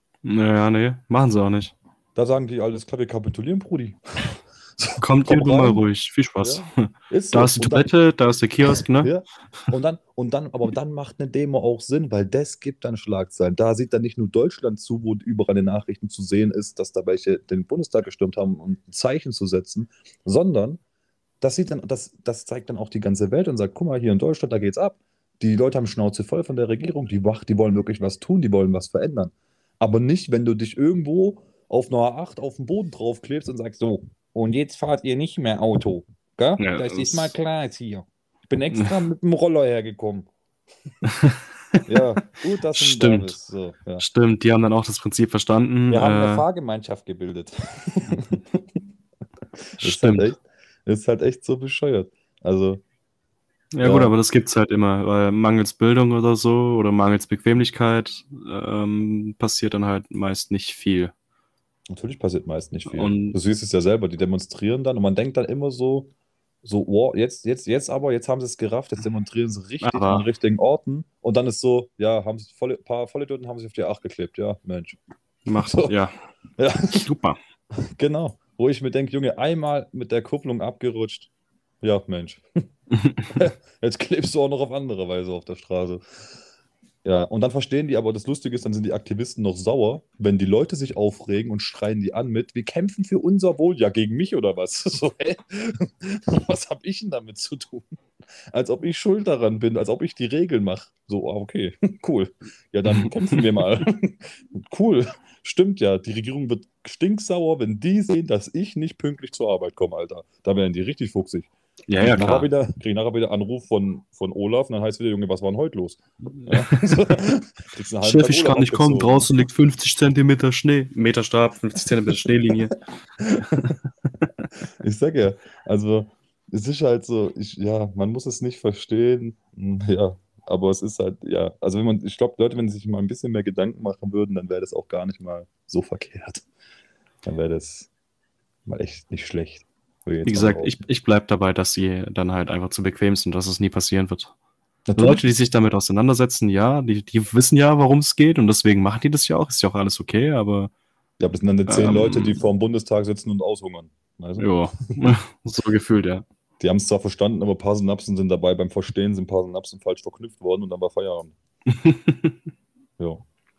Naja, nee, machen sie auch nicht. Da sagen die, alles klar, wir kapitulieren, Brudi. So, Kommt ihr komm nur mal rein. ruhig. Viel Spaß. Ja, ist Da so. ist die Und dann, Toilette, da ist der Kiosk, ne? ja, und dann, und dann, aber dann macht eine Demo auch Sinn, weil das gibt dann Schlagzeilen. Da sieht dann nicht nur Deutschland zu, wo überall in den Nachrichten zu sehen ist, dass da welche den Bundestag gestürmt haben, um ein Zeichen zu setzen, sondern das sieht dann, das, das zeigt dann auch die ganze Welt und sagt, guck mal, hier in Deutschland, da geht's ab. Die Leute haben Schnauze voll von der Regierung, die wach, die wollen wirklich was tun, die wollen was verändern. Aber nicht, wenn du dich irgendwo auf einer A acht auf den Boden draufklebst und sagst, so, und jetzt fahrt ihr nicht mehr Auto. Gell? Ja, Das ist mal das, klar jetzt hier. Ich bin extra mit dem Roller hergekommen. Ja, gut, dass du da Stimmt. bist. So, ja. Stimmt, die haben dann auch das Prinzip verstanden. Wir haben eine Äh, Fahrgemeinschaft gebildet. Ist halt stimmt. echt, ist halt echt so bescheuert. Also, Ja gut, ja, aber das gibt's halt immer, weil mangels Bildung oder so oder mangels Bequemlichkeit ähm, passiert dann halt meist nicht viel. natürlich passiert meist nicht viel. Und Du siehst es ja selber, die demonstrieren dann und man denkt dann immer so, so, wow, jetzt, jetzt, jetzt aber, jetzt haben sie es gerafft, jetzt demonstrieren sie richtig an den aber richtigen Orten und dann ist so, ja, haben sie voll, ein paar Vollidioten haben sich auf die Acht geklebt, ja, Mensch. macht, So, ja, ja, super. genau. Wo ich mir denke, Junge, einmal mit der Kupplung abgerutscht, ja, Mensch. Jetzt klebst du auch noch auf andere Weise auf der Straße. Ja, und dann verstehen die, aber das Lustige ist, dann sind die Aktivisten noch sauer, wenn die Leute sich aufregen und schreien die an mit, wir kämpfen für unser Wohl, ja, gegen mich oder was? So, hä? Was habe ich denn damit zu tun? Als ob ich schuld daran bin, als ob ich die Regeln mache. So, ah, okay, cool. Ja, dann kämpfen wir mal. Cool. Stimmt ja, die Regierung wird stinksauer, wenn die sehen, dass ich nicht pünktlich zur Arbeit komme, Alter. Da werden die richtig fuchsig. Ja, Krieg ja, ich nachher klar. wieder, krieg ich nachher wieder Anruf von, von Olaf und dann heißt wieder, Junge, was war denn heute los? Ja, so, kriegst einen halben Chef, Tag ich Urlaub kann nicht kommen, abgezogen. draußen liegt fünfzig Zentimeter Schnee. Meterstab, fünfzig Zentimeter Schneelinie. Ich sag ja, also es ist halt so, ich, ja, man muss es nicht verstehen, hm, ja, aber es ist halt, ja, also wenn man, ich glaube, Leute, wenn sie sich mal ein bisschen mehr Gedanken machen würden, dann wäre das auch gar nicht mal so verkehrt. Dann wäre das mal echt nicht schlecht. Würde ich Wie jetzt mal gesagt, ich, behaupten. ich bleib dabei, dass sie dann halt einfach zu bequem sind, dass es nie passieren wird. Leute, Natürlich, die sich damit auseinandersetzen, ja, die, die wissen ja, worum es geht und deswegen machen die das ja auch. Ist ja auch alles okay, aber ja, das sind dann die zehn Leute, die ähm, vor dem Bundestag sitzen und aushungern. Weißt du? ja, so gefühlt, ja. Die haben es zwar verstanden, aber ein paar Synapsen sind dabei. Beim Verstehen sind ein paar Synapsen falsch verknüpft worden und dann war Feierabend. Ja.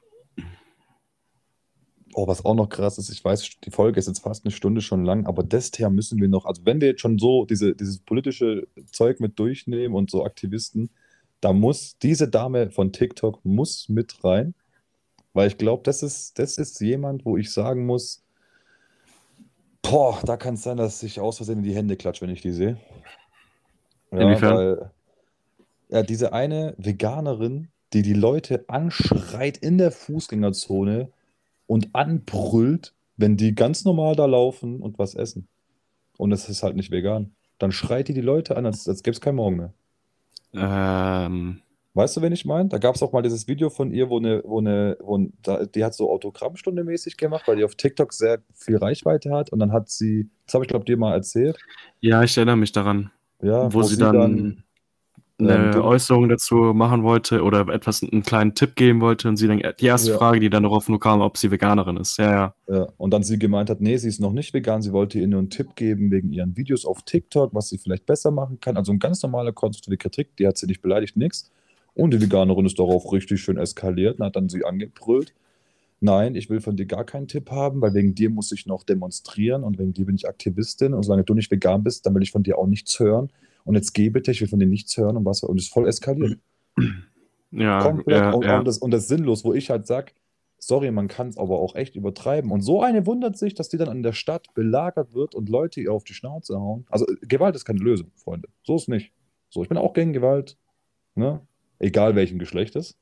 Oh, was auch noch krass ist, ich weiß, die Folge ist jetzt fast eine Stunde schon lang, aber das Thema müssen wir noch, also wenn wir jetzt schon so diese, dieses politische Zeug mit durchnehmen und so Aktivisten, da muss diese Dame von TikTok muss mit rein, weil ich glaube, das ist, das ist jemand, wo ich sagen muss, boah, da kann es sein, dass ich aus Versehen in die Hände klatsche, wenn ich die sehe. Ja, Inwiefern? weil Ja, diese eine Veganerin, die die Leute anschreit in der Fußgängerzone und anbrüllt, wenn die ganz normal da laufen und was essen. Und es ist halt nicht vegan. Dann schreit die die Leute an, als, als gäbe es keinen Morgen mehr. Ähm, Weißt du, wen ich meine? Da gab es auch mal dieses Video von ihr, wo eine, wo eine, wo ein, da, die hat so Autogrammstunde mäßig gemacht, weil die auf TikTok sehr viel Reichweite hat. Und dann hat sie, das habe ich glaube dir mal erzählt, ja, ich erinnere mich daran, ja, wo wo sie sie dann dann ähm, eine Ding, Äußerung dazu machen wollte oder etwas, einen kleinen Tipp geben wollte und sie dann die erste ja, Frage, die dann darauf nur kam, ob sie Veganerin ist. Ja, ja. ja, und dann sie gemeint hat, nee, sie ist noch nicht vegan, sie wollte ihr nur einen Tipp geben wegen ihren Videos auf TikTok, was sie vielleicht besser machen kann. Also eine ganz normale konstruktive Kritik, die hat sie nicht beleidigt, nix. Und die Veganerin ist darauf richtig schön eskaliert und hat dann sie angebrüllt. Nein, ich will von dir gar keinen Tipp haben, weil wegen dir muss ich noch demonstrieren und wegen dir bin ich Aktivistin und solange du nicht vegan bist, dann will ich von dir auch nichts hören. Und jetzt geh bitte, ich will von dir nichts hören und was und es ist voll eskaliert. Ja, Komplett ja, und, ja. und, das, und das sinnlos, wo ich halt sag, sorry, man kann es aber auch echt übertreiben. Und so eine wundert sich, dass die dann in der Stadt belagert wird und Leute ihr auf die Schnauze hauen. Also äh, Gewalt ist keine Lösung, Freunde. So ist nicht. So, ich bin auch gegen Gewalt, ne? Egal welchen Geschlechtes.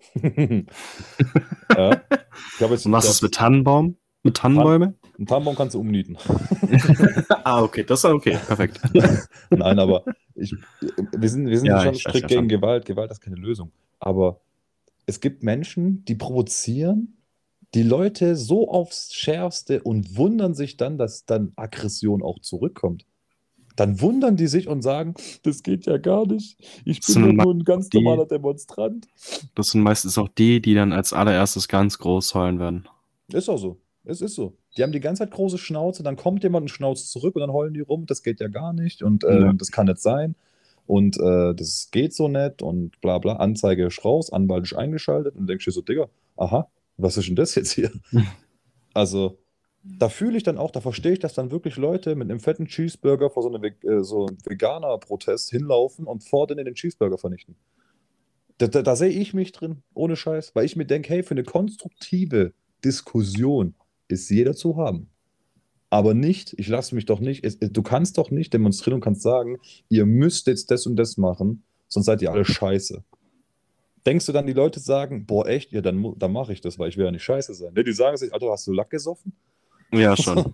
Ja. Ich habe jetzt, Und was ich ist mit hab's, Tannenbaum? Mit Tan Tannenbäume? einen Tannenbaum kannst du umnieten. Ah, okay, das ist okay, perfekt. Nein, aber ich, wir sind, wir sind Ja, schon ich weiß strikt ja gegen schon. Gewalt. Gewalt ist keine Lösung. Aber es gibt Menschen, die provozieren die Leute so aufs Schärfste und wundern sich dann, dass dann Aggression auch zurückkommt. Dann wundern die sich und sagen, das geht ja gar nicht. Ich Das bin doch sind nur ein meistens ganz die, normaler Demonstrant. das sind meistens auch die, die dann als allererstes ganz groß heulen werden. Ist auch so. Es ist so. Die haben die ganze Zeit große Schnauze, dann kommt jemand und schnauzt zurück und dann heulen die rum, das geht ja gar nicht und Ja. äh, das kann nicht sein und äh, das geht so nicht und bla bla. Anzeige ist raus, Anwalt ist eingeschaltet und denkst dir so, Digga, aha, was ist denn das jetzt hier? Also, da fühle ich dann auch, da verstehe ich, dass dann wirklich Leute mit einem fetten Cheeseburger vor so einem Ve- äh, so einem Veganer-Protest hinlaufen und vor denen den Cheeseburger vernichten. Da, da, da sehe ich mich drin, ohne Scheiß, weil ich mir denke, hey, für eine konstruktive Diskussion ist jeder zu haben. Aber nicht, ich lasse mich doch nicht, es, du kannst doch nicht demonstrieren und kannst sagen, ihr müsst jetzt das und das machen, sonst seid ihr alle scheiße. Denkst du dann, die Leute sagen, boah, echt? Ja, dann, mu- dann mache ich das, weil ich will ja nicht scheiße sein. Ne, die sagen sich, Alter, hast du Lack gesoffen? Ja, schon.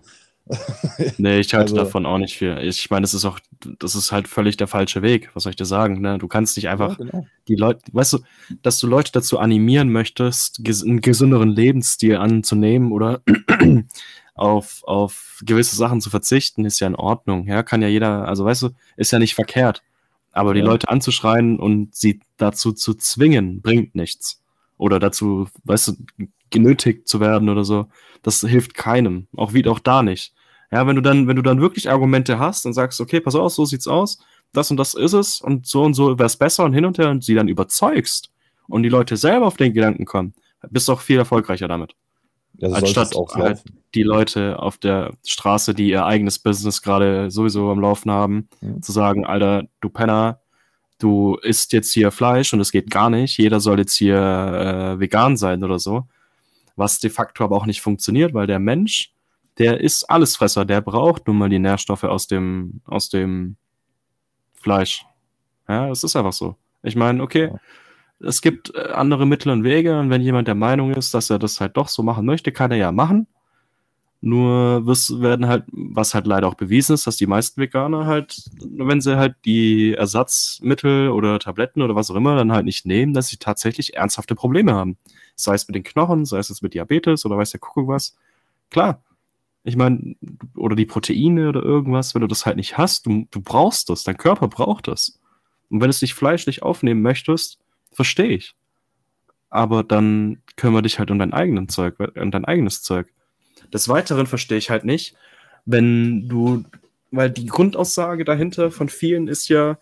Nee, ich halte Also, davon auch nicht viel. Ich meine, es ist auch, das ist halt völlig der falsche Weg. Was soll ich dir sagen? Ne? Du kannst nicht ja, einfach genau. die Leute, weißt du, dass du Leute dazu animieren möchtest, ges einen gesünderen Lebensstil anzunehmen oder auf, auf gewisse Sachen zu verzichten, ist ja in Ordnung. Ja, kann ja jeder, also weißt du, ist ja nicht verkehrt. Aber die Ja, Leute anzuschreien und sie dazu zu zwingen, bringt nichts. Oder dazu, weißt du, genötigt zu werden oder so, das hilft keinem. Auch wie auch da nicht. Ja, wenn du dann, wenn du dann wirklich Argumente hast und sagst, okay, pass auf, so sieht's aus, das und das ist es und so und so wäre es besser und hin und her und sie dann überzeugst und die Leute selber auf den Gedanken kommen, bist du auch viel erfolgreicher damit. ja, so sollte es Anstatt auch halt laufen. die Leute auf der Straße, die ihr eigenes Business gerade sowieso am Laufen haben, Ja. zu sagen, Alter, du Penner, du isst jetzt hier Fleisch und es geht gar nicht, jeder soll jetzt hier äh, vegan sein oder so, was de facto aber auch nicht funktioniert, weil der Mensch, der ist Allesfresser, der braucht nun mal die Nährstoffe aus dem, aus dem Fleisch. Ja, das ist einfach so. Ich meine, okay, Ja. es gibt äh, andere Mittel und Wege und wenn jemand der Meinung ist, dass er das halt doch so machen möchte, kann er ja machen. Nur wir's, werden halt, was halt leider auch bewiesen ist, dass die meisten Veganer halt, wenn sie halt die Ersatzmittel oder Tabletten oder was auch immer dann halt nicht nehmen, dass sie tatsächlich ernsthafte Probleme haben. Sei es mit den Knochen, sei es jetzt mit Diabetes oder weiß der Kuckuck was. Klar, ich meine, oder die Proteine oder irgendwas, wenn du das halt nicht hast, du, du brauchst das, dein Körper braucht das. Und wenn du es nicht fleischlich aufnehmen möchtest, verstehe ich. Aber dann kümmere dich halt um dein eigenes Zeug, um dein eigenes Zeug. Des Weiteren verstehe ich halt nicht, wenn du, weil die Grundaussage dahinter von vielen ist ja,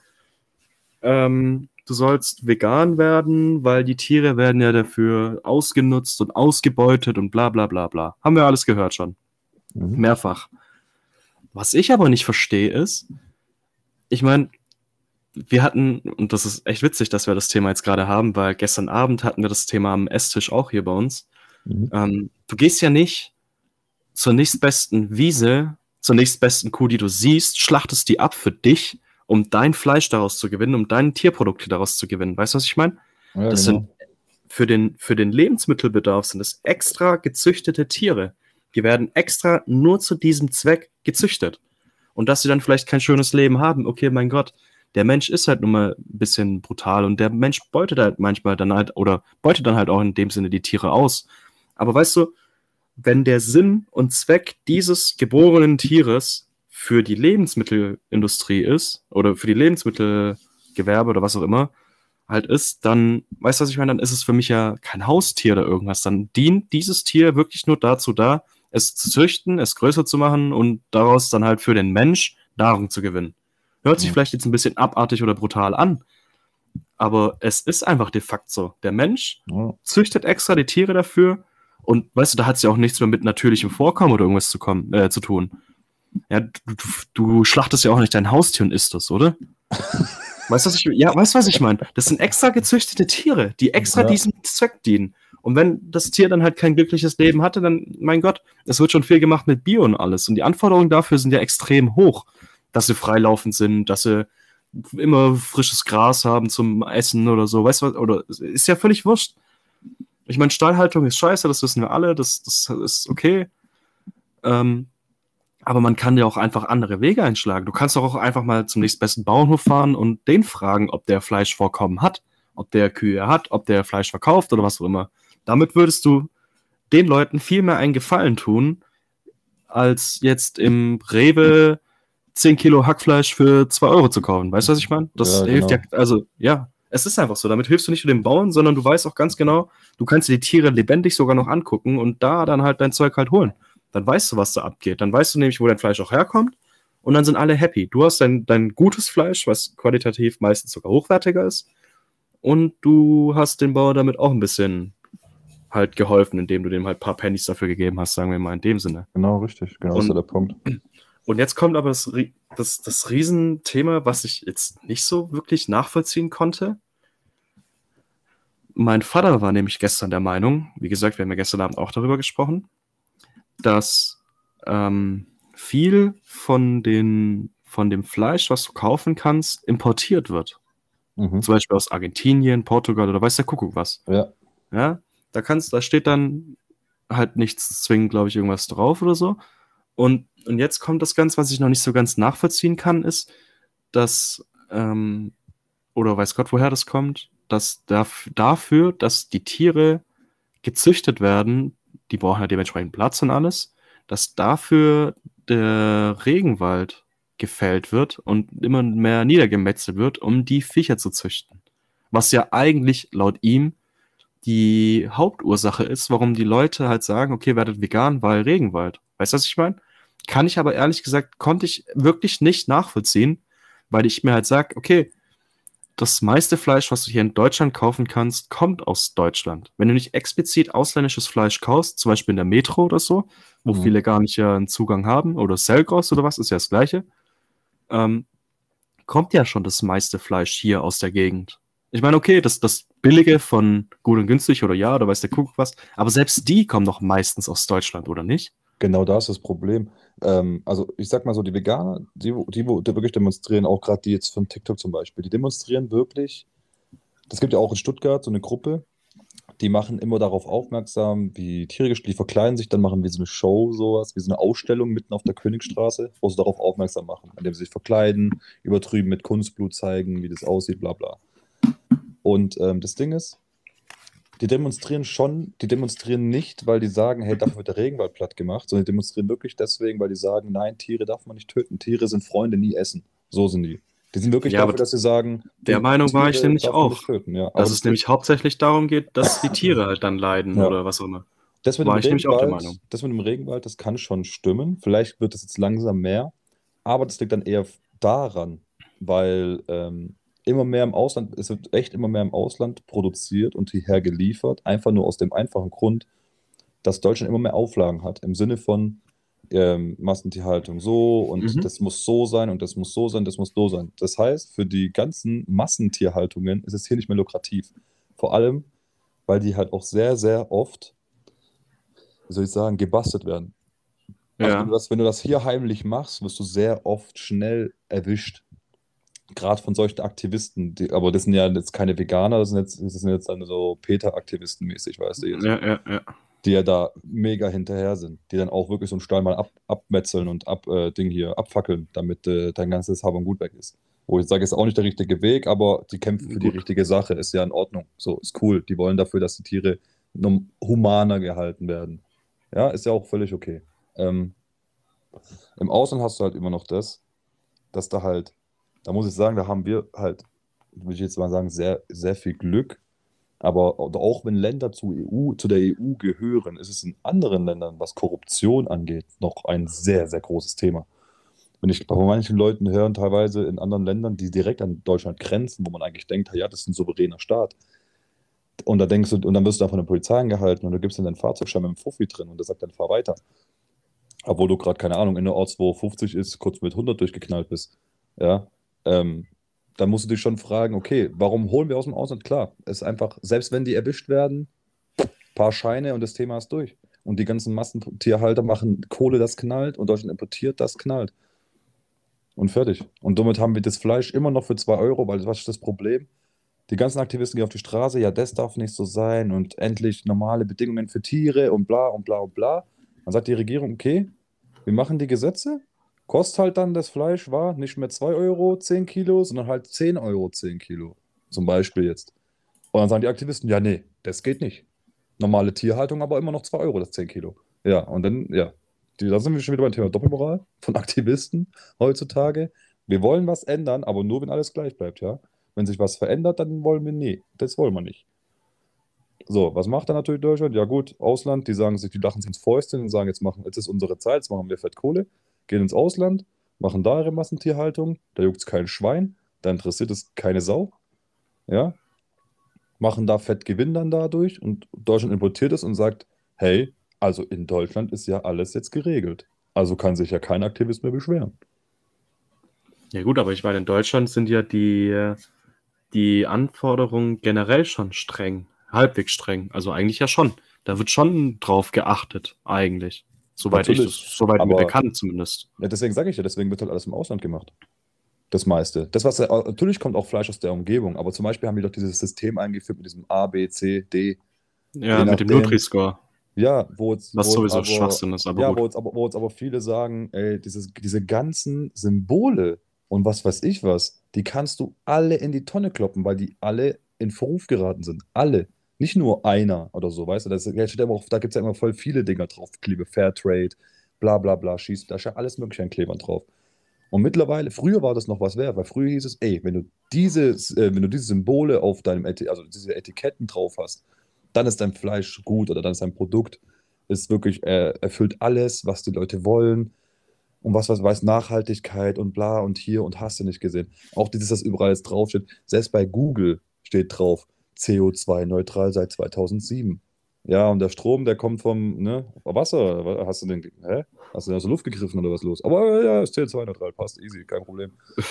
ähm, du sollst vegan werden, weil die Tiere werden ja dafür ausgenutzt und ausgebeutet und bla bla bla bla. Haben wir alles gehört schon. Mhm. Mehrfach. Was ich aber nicht verstehe ist, ich meine, wir hatten, und das ist echt witzig, dass wir das Thema jetzt gerade haben, weil gestern Abend hatten wir das Thema am Esstisch auch hier bei uns. Mhm. Ähm, du gehst ja nicht zur nächstbesten Wiese, zur nächstbesten Kuh, die du siehst, schlachtest die ab für dich um dein Fleisch daraus zu gewinnen, um deine Tierprodukte daraus zu gewinnen. Weißt du, was ich meine? Ja, Das genau. sind für den, für den Lebensmittelbedarf sind das extra gezüchtete Tiere. Die werden extra nur zu diesem Zweck gezüchtet. Und dass sie dann vielleicht kein schönes Leben haben, okay, mein Gott, der Mensch ist halt nun mal ein bisschen brutal und der Mensch beutet halt manchmal dann halt, oder beutet dann halt auch in dem Sinne die Tiere aus. Aber weißt du, wenn der Sinn und Zweck dieses geborenen Tieres für die Lebensmittelindustrie ist, oder für die Lebensmittelgewerbe oder was auch immer, halt ist, dann, weißt du, was ich meine, dann ist es für mich ja kein Haustier oder irgendwas. Dann dient dieses Tier wirklich nur dazu da, es zu züchten, es größer zu machen und daraus dann halt für den Mensch Nahrung zu gewinnen. Hört sich Ja. vielleicht jetzt ein bisschen abartig oder brutal an, aber es ist einfach de facto so. Der Mensch Ja. züchtet extra die Tiere dafür und weißt du, da hat es ja auch nichts mehr mit natürlichem Vorkommen oder irgendwas zu, kommen, äh, zu tun. Ja, du, du, du schlachtest ja auch nicht dein Haustier und isst es, oder? Weißt du, was ich, ja, weißt, was ich meine? Das sind extra gezüchtete Tiere, die extra Ja. diesem Zweck dienen. Und wenn das Tier dann halt kein glückliches Leben hatte, dann, mein Gott, es wird schon viel gemacht mit Bio und alles. Und die Anforderungen dafür sind ja extrem hoch. Dass sie freilaufend sind, dass sie immer frisches Gras haben zum Essen oder so. Weißt du was? Oder ist ja völlig wurscht. Ich meine, Stallhaltung ist scheiße, das wissen wir alle, das, das ist okay. Ähm, aber man kann ja auch einfach andere Wege einschlagen. Du kannst doch auch einfach mal zum nächstbesten Bauernhof fahren und den fragen, ob der Fleischvorkommen hat, ob der Kühe hat, ob der Fleisch verkauft oder was auch immer. Damit würdest du den Leuten viel mehr einen Gefallen tun, als jetzt im Rewe zehn Kilo Hackfleisch für zwei Euro zu kaufen. Weißt du, was ich meine? Das Ja, hilft genau. ja, also ja, es ist einfach so. Damit hilfst du nicht nur dem Bauern, sondern du weißt auch ganz genau, du kannst dir die Tiere lebendig sogar noch angucken und da dann halt dein Zeug halt holen. Dann weißt du, was da abgeht. Dann weißt du nämlich, wo dein Fleisch auch herkommt und dann sind alle happy. Du hast dein, dein gutes Fleisch, was qualitativ meistens sogar hochwertiger ist und du hast den Bauer damit auch ein bisschen halt geholfen, indem du dem halt ein paar Pennies dafür gegeben hast, sagen wir mal in dem Sinne. Genau, richtig. Genau, das ist ja Und der Punkt. Und jetzt kommt aber das, Rie- das, das Riesenthema, was ich jetzt nicht so wirklich nachvollziehen konnte. Mein Vater war nämlich gestern der Meinung, wie gesagt, wir haben ja gestern Abend auch darüber gesprochen, dass ähm, viel von, den, von dem Fleisch, was du kaufen kannst, importiert wird. Mhm. Zum Beispiel aus Argentinien, Portugal oder weiß der Kuckuck was. Ja. Ja, da kannst, da steht dann halt nichts zwingend, glaube ich, irgendwas drauf oder so. Und, und jetzt kommt das Ganze, was ich noch nicht so ganz nachvollziehen kann, ist, dass, ähm, oder weiß Gott, woher das kommt, dass daf- dafür, dass die Tiere gezüchtet werden, die brauchen halt dementsprechend Platz und alles, dass dafür der Regenwald gefällt wird und immer mehr niedergemetzelt wird, um die Viecher zu züchten. Was ja eigentlich laut ihm die Hauptursache ist, warum die Leute halt sagen, okay, werdet vegan, weil Regenwald. Weißt du, was ich meine? Kann ich aber ehrlich gesagt, konnte ich wirklich nicht nachvollziehen, weil ich mir halt sage, okay, das meiste Fleisch, was du hier in Deutschland kaufen kannst, kommt aus Deutschland. Wenn du nicht explizit ausländisches Fleisch kaufst, zum Beispiel in der Metro oder so, wo Mhm. viele gar nicht ja einen Zugang haben, oder Selgros oder was, ist ja das Gleiche, ähm, kommt ja schon das meiste Fleisch hier aus der Gegend. Ich meine, okay, das, das Billige von gut und günstig oder ja, oder weiß der Kuckuck was, aber selbst die kommen doch meistens aus Deutschland, oder nicht? Genau das ist das Problem. Ähm, also ich sag mal so, die Veganer, die, wo- die, wo- die wirklich demonstrieren, auch gerade die jetzt von TikTok zum Beispiel, die demonstrieren wirklich, das gibt ja auch in Stuttgart so eine Gruppe, die machen immer darauf aufmerksam, wie Tiere geschlachtet, die verkleiden sich, dann machen wie so eine Show, sowas, wie so eine Ausstellung mitten auf der Königstraße, wo sie darauf aufmerksam machen, indem sie sich verkleiden, übertrieben mit Kunstblut zeigen, wie das aussieht, bla bla. Und ähm, das Ding ist, die demonstrieren schon, die demonstrieren nicht, weil die sagen, hey, dafür wird der Regenwald platt gemacht, sondern die demonstrieren wirklich deswegen, weil die sagen, nein, Tiere darf man nicht töten, Tiere sind Freunde, nie essen. So sind die. Die sind wirklich Ja, aber dafür, dass sie sagen, der die Meinung war ich Tiere nämlich darf man auch, nicht töten, ja. Aber dass das es nämlich hauptsächlich darum geht, dass die Tiere halt dann leiden ja. oder was auch immer. Das mit dem War ich nämlich auch der Meinung. Regenwald, das mit dem Regenwald, das kann schon stimmen. Vielleicht wird es jetzt langsam mehr, aber das liegt dann eher daran, weil ähm, immer mehr im Ausland, es wird echt immer mehr im Ausland produziert und hierher geliefert, einfach nur aus dem einfachen Grund, dass Deutschland immer mehr Auflagen hat, im Sinne von ähm, Massentierhaltung so und Mhm. das muss so sein und das muss so sein, das muss so sein. Das heißt, für die ganzen Massentierhaltungen ist es hier nicht mehr lukrativ. Vor allem, weil die halt auch sehr, sehr oft, wie soll ich sagen, gebastelt werden. Also wenn Ja. du das, wenn du das hier heimlich machst, wirst du sehr oft schnell erwischt. Gerade von solchen Aktivisten, die, aber das sind ja jetzt keine Veganer, das sind jetzt, das sind jetzt dann so Peter-Aktivisten mäßig, weißt du, jetzt, Ja, ja, ja. die ja da mega hinterher sind, die dann auch wirklich so einen Stall mal ab, abmetzeln und ab, äh, Ding hier abfackeln, damit äh, dein ganzes Hab und Gut weg ist. Wo ich sage, ist auch nicht der richtige Weg, aber die kämpfen für die Gut. richtige Sache, ist ja in Ordnung. So, ist cool. Die wollen dafür, dass die Tiere nom- humaner gehalten werden. Ja, ist ja auch völlig okay. Ähm, Im Ausland hast du halt immer noch das, dass da halt, da muss ich sagen, da haben wir halt, würde ich jetzt mal sagen, sehr, sehr viel Glück. Aber auch wenn Länder zu E U, zu der E U gehören, ist es in anderen Ländern, was Korruption angeht, noch ein sehr, sehr großes Thema. Wenn ich bei manchen Leuten höre, teilweise in anderen Ländern, die direkt an Deutschland grenzen, wo man eigentlich denkt, ja, das ist ein souveräner Staat. Und da denkst du, und dann wirst du da von der Polizei angehalten und du gibst dann deinen Fahrzeugschein mit dem Fuffi drin und der sagt dann, fahr weiter. Obwohl du gerade, keine Ahnung, in der Orts, wo fünfzig ist, kurz mit hundert durchgeknallt bist. Ja. Ähm, Dann musst du dich schon fragen, okay, warum holen wir aus dem Ausland? Klar, es ist einfach, selbst wenn die erwischt werden, paar Scheine und das Thema ist durch. Und die ganzen Massentierhalter machen Kohle, das knallt und Deutschland importiert, das knallt. Und fertig. Und somit haben wir das Fleisch immer noch für zwei Euro, weil was ist das Problem? Die ganzen Aktivisten gehen auf die Straße, ja, das darf nicht so sein und endlich normale Bedingungen für Tiere und bla und bla und bla. Dann sagt die Regierung, okay, wir machen die Gesetze, kostet halt dann das Fleisch, war nicht mehr zwei Euro zehn Kilo, sondern halt zehn Euro zehn Kilo. Zum Beispiel jetzt. Und dann sagen die Aktivisten, ja, nee, das geht nicht. Normale Tierhaltung, aber immer noch zwei Euro das zehn Kilo. Ja, und dann, ja, die, da sind wir schon wieder beim Thema Doppelmoral von Aktivisten heutzutage. Wir wollen was ändern, aber nur, wenn alles gleich bleibt, ja. Wenn sich was verändert, dann wollen wir, nee, das wollen wir nicht. So, was macht dann natürlich Deutschland? Ja gut, Ausland, die sagen sich, die lachen sich ins Fäustchen und sagen, jetzt machen, jetzt ist unsere Zeit, jetzt machen wir Fett Kohle, gehen ins Ausland, machen da ihre Massentierhaltung, da juckt es kein Schwein, da interessiert es keine Sau, ja, machen da Fettgewinn dann dadurch und Deutschland importiert es und sagt, hey, also in Deutschland ist ja alles jetzt geregelt. Also kann sich ja kein Aktivist mehr beschweren. Ja gut, aber ich meine, in Deutschland sind ja die, die Anforderungen generell schon streng, halbwegs streng. Also eigentlich ja schon. Da wird schon drauf geachtet, eigentlich. Soweit ich das, Natürlich, soweit mir aber bekannt zumindest. ja, deswegen sage ich ja, deswegen wird halt alles im Ausland gemacht. Das meiste. Das, was natürlich kommt auch Fleisch aus der Umgebung, aber zum Beispiel haben die doch dieses System eingeführt mit diesem A, B, C, D, je Ja, mit dem nachdem. Nutri-Score, Ja, wo jetzt, was wo jetzt sowieso aber, Schwachsinn ist, aber ja, gut. wo jetzt aber, wo jetzt aber viele sagen, ey, dieses, diese ganzen Symbole und was weiß ich was, die kannst du alle in die Tonne kloppen, weil die alle in Verruf geraten sind. Alle. Nicht nur einer oder so, weißt du? Das, ja, steht ja immer auch, da gibt es ja immer voll viele Dinger drauf. Klebe Fairtrade, bla bla bla, schießt, da ist ja alles mögliche an Klebern drauf. Und mittlerweile, früher war das noch was wert, weil früher hieß es, ey, wenn du dieses, äh, wenn du diese Symbole auf deinem, Eti also diese Etiketten drauf hast, dann ist dein Fleisch gut oder dann ist dein Produkt, ist wirklich, äh, erfüllt alles, was die Leute wollen und was, was weiß, Nachhaltigkeit und bla und hier und hast du nicht gesehen. Auch dieses, das überall jetzt draufsteht, selbst bei Google steht drauf, C O zwei neutral seit zweitausendsieben. Ja, und der Strom, der kommt vom, ne, Wasser. Hast du den, hä? Hast du den aus der Luft gegriffen oder was los? Aber ja, ist C O zwei neutral, passt, easy, kein Problem.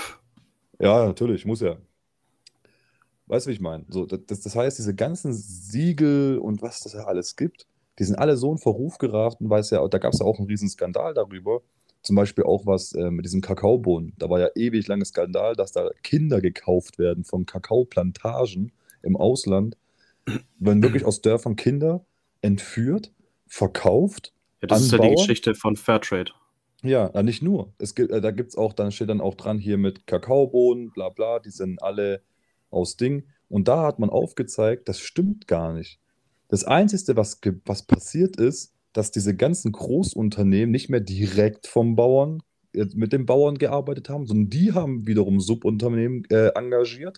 Ja, natürlich, muss ja. Weißt du, wie ich meine? So, das, das heißt, diese ganzen Siegel und was das ja alles gibt, die sind alle so in Verruf geraten, weil es ja, da gab es ja auch einen riesen Skandal darüber. Zum Beispiel auch was äh, mit diesem Kakaobohnen. Da war ja ewig lange Skandal, dass da Kinder gekauft werden von Kakaoplantagen im Ausland. Werden wirklich aus Dörfern Kinder entführt, verkauft Ja, das ist an ja die Bauern. Geschichte von Fairtrade. Ja, äh, nicht nur. Es gibt, äh, da gibt es auch, dann steht dann auch dran hier mit Kakaobohnen, bla bla, die sind alle aus Ding. Und da hat man aufgezeigt, das stimmt gar nicht. Das Einzige, was, ge- was passiert ist, dass diese ganzen Großunternehmen nicht mehr direkt vom Bauern, äh, mit den Bauern gearbeitet haben, sondern die haben wiederum Subunternehmen äh, engagiert,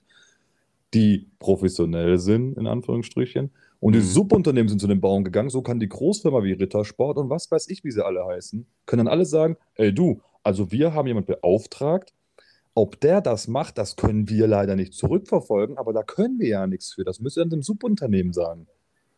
die professionell sind, in Anführungsstrichen. Und die Mhm. Subunternehmen sind zu den Bauern gegangen. So kann die Großfirma wie Rittersport und was weiß ich, wie sie alle heißen, können dann alle sagen, ey du, also wir haben jemanden beauftragt, ob der das macht, das können wir leider nicht zurückverfolgen, aber da können wir ja nichts für. Das müsst ihr dann dem Subunternehmen sagen.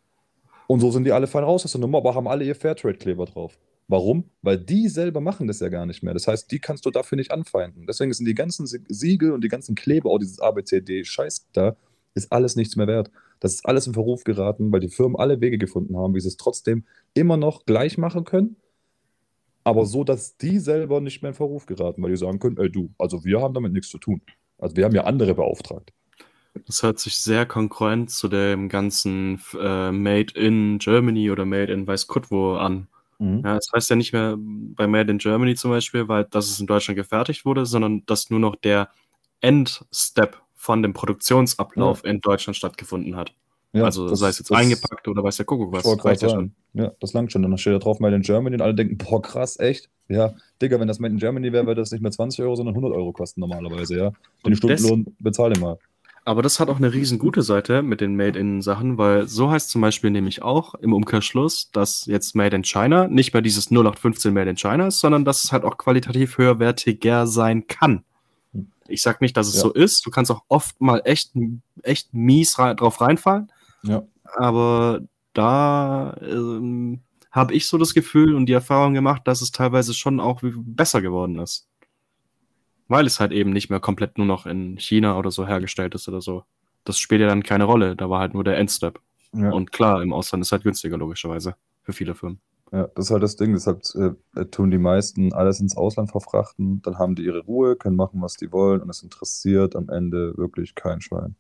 Und so sind die alle fein raus aus der Nummer, aber haben alle ihr Fairtrade-Kleber drauf. Warum? Weil die selber machen das ja gar nicht mehr. Das heißt, die kannst du dafür nicht anfeinden. Deswegen sind die ganzen Sie- Siegel und die ganzen Kleber, auch dieses A B C D-Scheiß da, ist alles nichts mehr wert. Das ist alles in Verruf geraten, weil die Firmen alle Wege gefunden haben, wie sie es trotzdem immer noch gleich machen können, aber so, dass die selber nicht mehr in Verruf geraten, weil die sagen können, ey du, also wir haben damit nichts zu tun. Also wir haben ja andere beauftragt. Das hört sich sehr konkurrent zu dem ganzen äh, Made in Germany oder Made in weiß Gott wo an. Mhm. Ja, es heißt ja nicht mehr bei Made in Germany zum Beispiel, weil dass es in Deutschland gefertigt wurde, sondern dass nur noch der Endstep von dem Produktionsablauf Ja, in Deutschland stattgefunden hat. ja, Also sei es das, jetzt das eingepackt oder weiß der Kuckuck ich was, wollte gerade reicht ja schon. sagen. Ja, das langt schon. Dann steht da drauf Made in Germany und alle denken, boah, krass, echt? Ja, Digga, wenn das Made in Germany wäre, würde das nicht mehr zwanzig Euro, sondern hundert Euro kosten normalerweise, ja. Den Und das, Stundenlohn bezahle ich mal. aber das hat auch eine riesen gute Seite mit den Made-in-Sachen, weil so heißt zum Beispiel nämlich auch im Umkehrschluss, dass jetzt Made in China nicht mehr dieses null acht fünfzehn Made in China ist, sondern dass es halt auch qualitativ höherwertiger sein kann. Ich sag nicht, dass es Ja, so ist. Du kannst auch oft mal echt, echt mies rei- drauf reinfallen, ja. aber da ähm, habe ich so das Gefühl und die Erfahrung gemacht, dass es teilweise schon auch wie- besser geworden ist. Weil es halt eben nicht mehr komplett nur noch in China oder so hergestellt ist oder so. Das spielt ja dann keine Rolle. Da war halt nur der Endstep. Ja, Und klar, im Ausland ist halt günstiger, logischerweise. Für viele Firmen. ja, das ist halt das Ding. Deshalb äh, tun die meisten alles ins Ausland verfrachten. Dann haben die ihre Ruhe, können machen, was die wollen und es interessiert am Ende wirklich kein Schwein.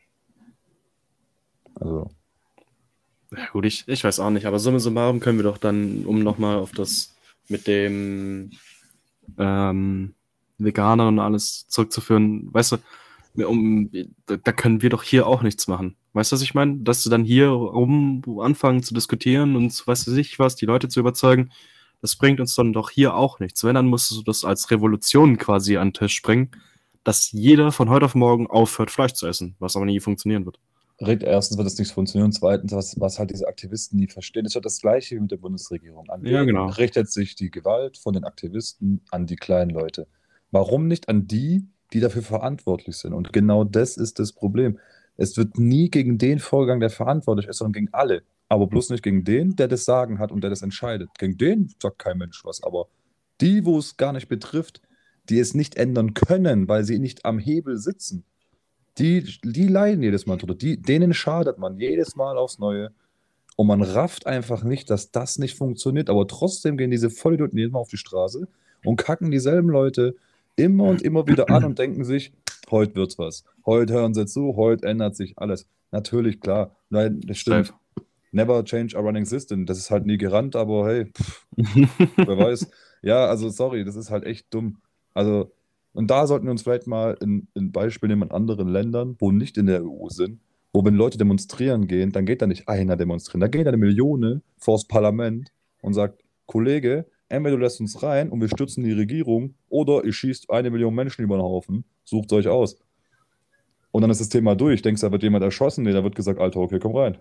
Also, Ja, gut, ich, ich weiß auch nicht. Aber summa summarum können wir doch dann, um nochmal auf das mit dem ähm, Veganer und alles zurückzuführen, weißt du, um, da, da können wir doch hier auch nichts machen. Weißt du, was ich meine? Dass du dann hier rum anfangen zu diskutieren und weißt du nicht was, die Leute zu überzeugen, das bringt uns dann doch hier auch nichts. Wenn, dann musst du das als Revolution quasi an den Tisch bringen, dass jeder von heute auf morgen aufhört, Fleisch zu essen, was aber nie funktionieren wird. direkt erstens wird es nicht funktionieren. Zweitens, was, was halt diese Aktivisten nie verstehen, ist ja das Gleiche wie mit der Bundesregierung. An Ja, wen genau. richtet sich die Gewalt von den Aktivisten an die kleinen Leute? Warum nicht an die, die dafür verantwortlich sind? Und genau das ist das Problem. Es wird nie gegen den vorgegangen, der verantwortlich ist, sondern gegen alle. Aber bloß nicht gegen den, der das Sagen hat und der das entscheidet. Gegen den sagt kein Mensch was. Aber die, wo es gar nicht betrifft, die es nicht ändern können, weil sie nicht am Hebel sitzen, die, die leiden jedes Mal drunter. Die, denen schadet man jedes Mal aufs Neue. Und man rafft einfach nicht, dass das nicht funktioniert. Aber trotzdem gehen diese Vollidioten jedes Mal auf die Straße und kacken dieselben Leute immer und immer wieder an und denken sich, heute wird's was. Heute hören sie zu, heute ändert sich alles. Natürlich, klar. Nein, das Safe. stimmt. Never change a running system. Das ist halt nie gerannt, aber hey, pff, wer weiß. Ja, also sorry, das ist halt echt dumm. Also, und da sollten wir uns vielleicht mal ein, ein Beispiel nehmen an anderen Ländern, wo nicht in der E U sind, wo wenn Leute demonstrieren gehen, dann geht da nicht einer demonstrieren, da geht eine Million vors Parlament und sagt, Kollege, entweder du lässt uns rein und wir stürzen die Regierung oder ihr schießt eine Million Menschen über den Haufen, sucht euch aus. Und dann ist das Thema durch. Denkst du, da wird jemand erschossen? Nee, da wird gesagt, Alter, okay, komm rein.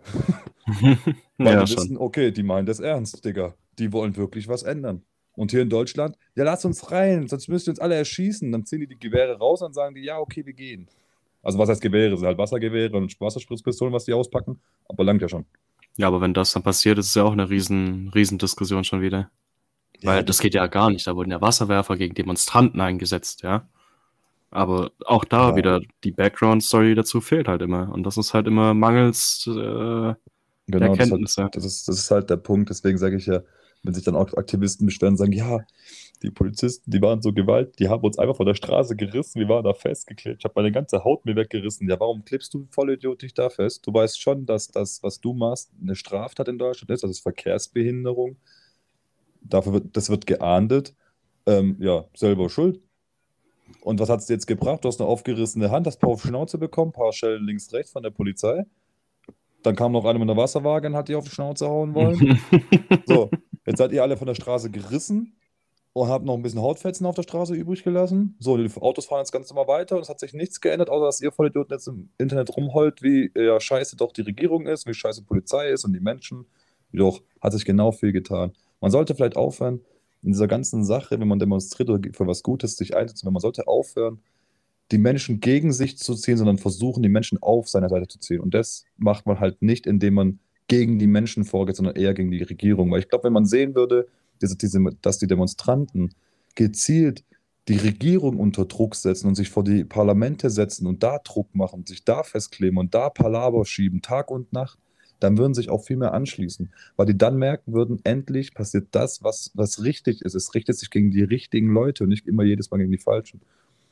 Weil Ja, die schon. wissen, okay, die meinen das ernst, Digga. Die wollen wirklich was ändern. Und hier in Deutschland, ja, lass uns rein, sonst müsst ihr uns alle erschießen. Dann ziehen die die Gewehre raus und sagen die, ja, okay, wir gehen. Also was heißt Gewehre? Das sind halt Wassergewehre und Wasserspritzpistolen, was die auspacken. Aber langt ja schon. Ja, aber wenn das dann passiert, ist es ja auch eine riesen, riesen Diskussion schon wieder. Ja, Weil das das, geht ja gar nicht. Da wurden ja Wasserwerfer gegen Demonstranten eingesetzt, ja. Aber auch da ja, wieder die Background-Story dazu fehlt halt immer. Und das ist halt immer mangels äh, der genau, das, hat, Kenntnisse. das, ist, das ist halt der Punkt. Deswegen sage ich ja, wenn sich dann auch Aktivisten beschweren und sagen, ja, die Polizisten, die waren so gewalt, die haben uns einfach von der Straße gerissen, wir waren da festgeklebt, ich habe meine ganze Haut mir weggerissen. Ja, warum klebst du Vollidiot dich da fest? Du weißt schon, dass das, was du machst, eine Straftat in Deutschland ist, das ist Verkehrsbehinderung. Dafür wird, das wird geahndet. Ähm, ja, selber schuld. Und was hat es dir jetzt gebracht? Du hast eine aufgerissene Hand, hast ein paar auf Schnauze bekommen, ein paar Schellen links, rechts von der Polizei. Dann kam noch einer mit einer Wasserwaage und hat dich auf die Schnauze hauen wollen. So, jetzt seid ihr alle von der Straße gerissen und habt noch ein bisschen Hautfetzen auf der Straße übrig gelassen. So, die Autos fahren jetzt ganz normal weiter und es hat sich nichts geändert, außer dass ihr Vollidioten jetzt im Internet rumheult, wie ja, scheiße doch die Regierung ist, wie scheiße Polizei ist und die Menschen. Jedoch hat sich genau viel getan. Man sollte vielleicht aufhören, in dieser ganzen Sache, wenn man demonstriert oder für was Gutes sich einsetzen, man sollte aufhören, die Menschen gegen sich zu ziehen, sondern versuchen, die Menschen auf seiner Seite zu ziehen. Und das macht man halt nicht, indem man gegen die Menschen vorgeht, sondern eher gegen die Regierung. Weil ich glaube, wenn man sehen würde, diese, diese, dass die Demonstranten gezielt die Regierung unter Druck setzen und sich vor die Parlamente setzen und da Druck machen und sich da festkleben und da Palaver schieben, Tag und Nacht, dann würden sich auch viel mehr anschließen, weil die dann merken würden, endlich passiert das, was, was richtig ist. Es richtet sich gegen die richtigen Leute und nicht immer jedes Mal gegen die Falschen.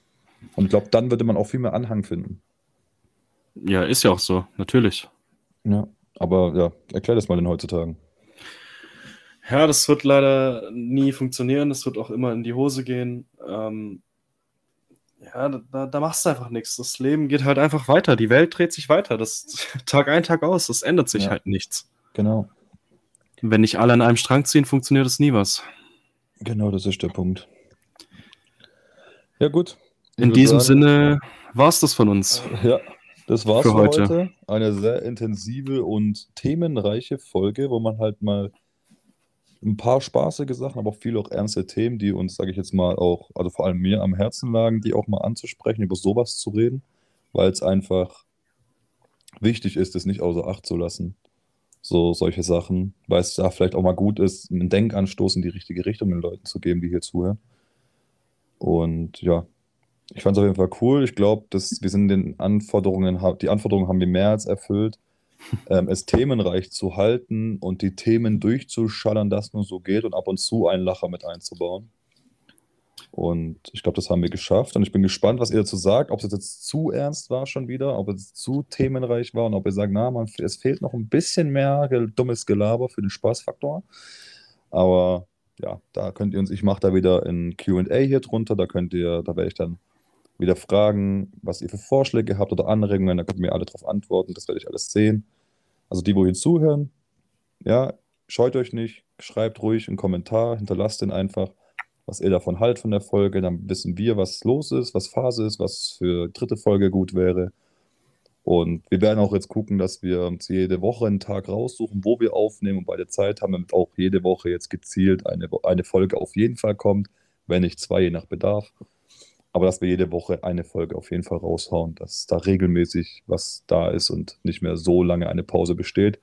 Und ich glaube, dann würde man auch viel mehr Anhang finden. Ja, ist ja auch so, natürlich. Ja, aber ja, erklär das mal den heutzutage. Ja, das wird leider nie funktionieren. Das wird auch immer in die Hose gehen. Ähm, ja, da, da machst du einfach nichts. Das Leben geht halt einfach weiter. Die Welt dreht sich weiter. Das Tag ein, Tag aus. Das ändert sich Ja. halt nichts. Genau. Wenn nicht alle an einem Strang ziehen, funktioniert es nie was. Genau, das ist der Punkt. Ja, gut. Ich In würde diesem sagen, Sinne war es das von uns. ja, das war's Für für, heute. heute. Eine sehr intensive und themenreiche Folge, wo man halt mal ein paar spaßige Sachen, aber auch viele auch ernste Themen, die uns, sage ich jetzt mal, auch, also vor allem mir am Herzen lagen, die auch mal anzusprechen, über sowas zu reden, weil es einfach wichtig ist, es nicht außer Acht zu lassen. So solche Sachen, weil es da vielleicht auch mal gut ist, einen Denkanstoß in die richtige Richtung den Leuten zu geben, die hier zuhören. Und ja, ich fand es auf jeden Fall cool. Ich glaube, dass wir sind den Anforderungen, ha- die Anforderungen haben wir mehr als erfüllt, ähm, es themenreich zu halten und die Themen durchzuschallern, das nur so geht und ab und zu einen Lacher mit einzubauen. Und ich glaube, das haben wir geschafft. Und ich bin gespannt, was ihr dazu sagt, ob es jetzt zu ernst war schon wieder, ob es zu themenreich war und ob ihr sagt, na, man, es fehlt noch ein bisschen mehr ge- dummes Gelaber für den Spaßfaktor. Aber ja, da könnt ihr uns, ich mache da wieder ein Q und A hier drunter, da könnt ihr, da werde ich dann wieder fragen, was ihr für Vorschläge habt oder Anregungen, da könnt ihr mir alle drauf antworten, das werde ich alles sehen. Also die, wo hier zuhören, ja, scheut euch nicht, schreibt ruhig einen Kommentar, hinterlasst den einfach, was ihr davon haltet von der Folge, dann wissen wir, was los ist, was Phase ist, was für dritte Folge gut wäre. Und wir werden auch jetzt gucken, dass wir uns jede Woche einen Tag raussuchen, wo wir aufnehmen und bei der Zeit haben, damit auch jede Woche jetzt gezielt eine, eine Folge auf jeden Fall kommt, wenn nicht zwei, je nach Bedarf. Aber dass wir jede Woche eine Folge auf jeden Fall raushauen, dass da regelmäßig was da ist und nicht mehr so lange eine Pause besteht.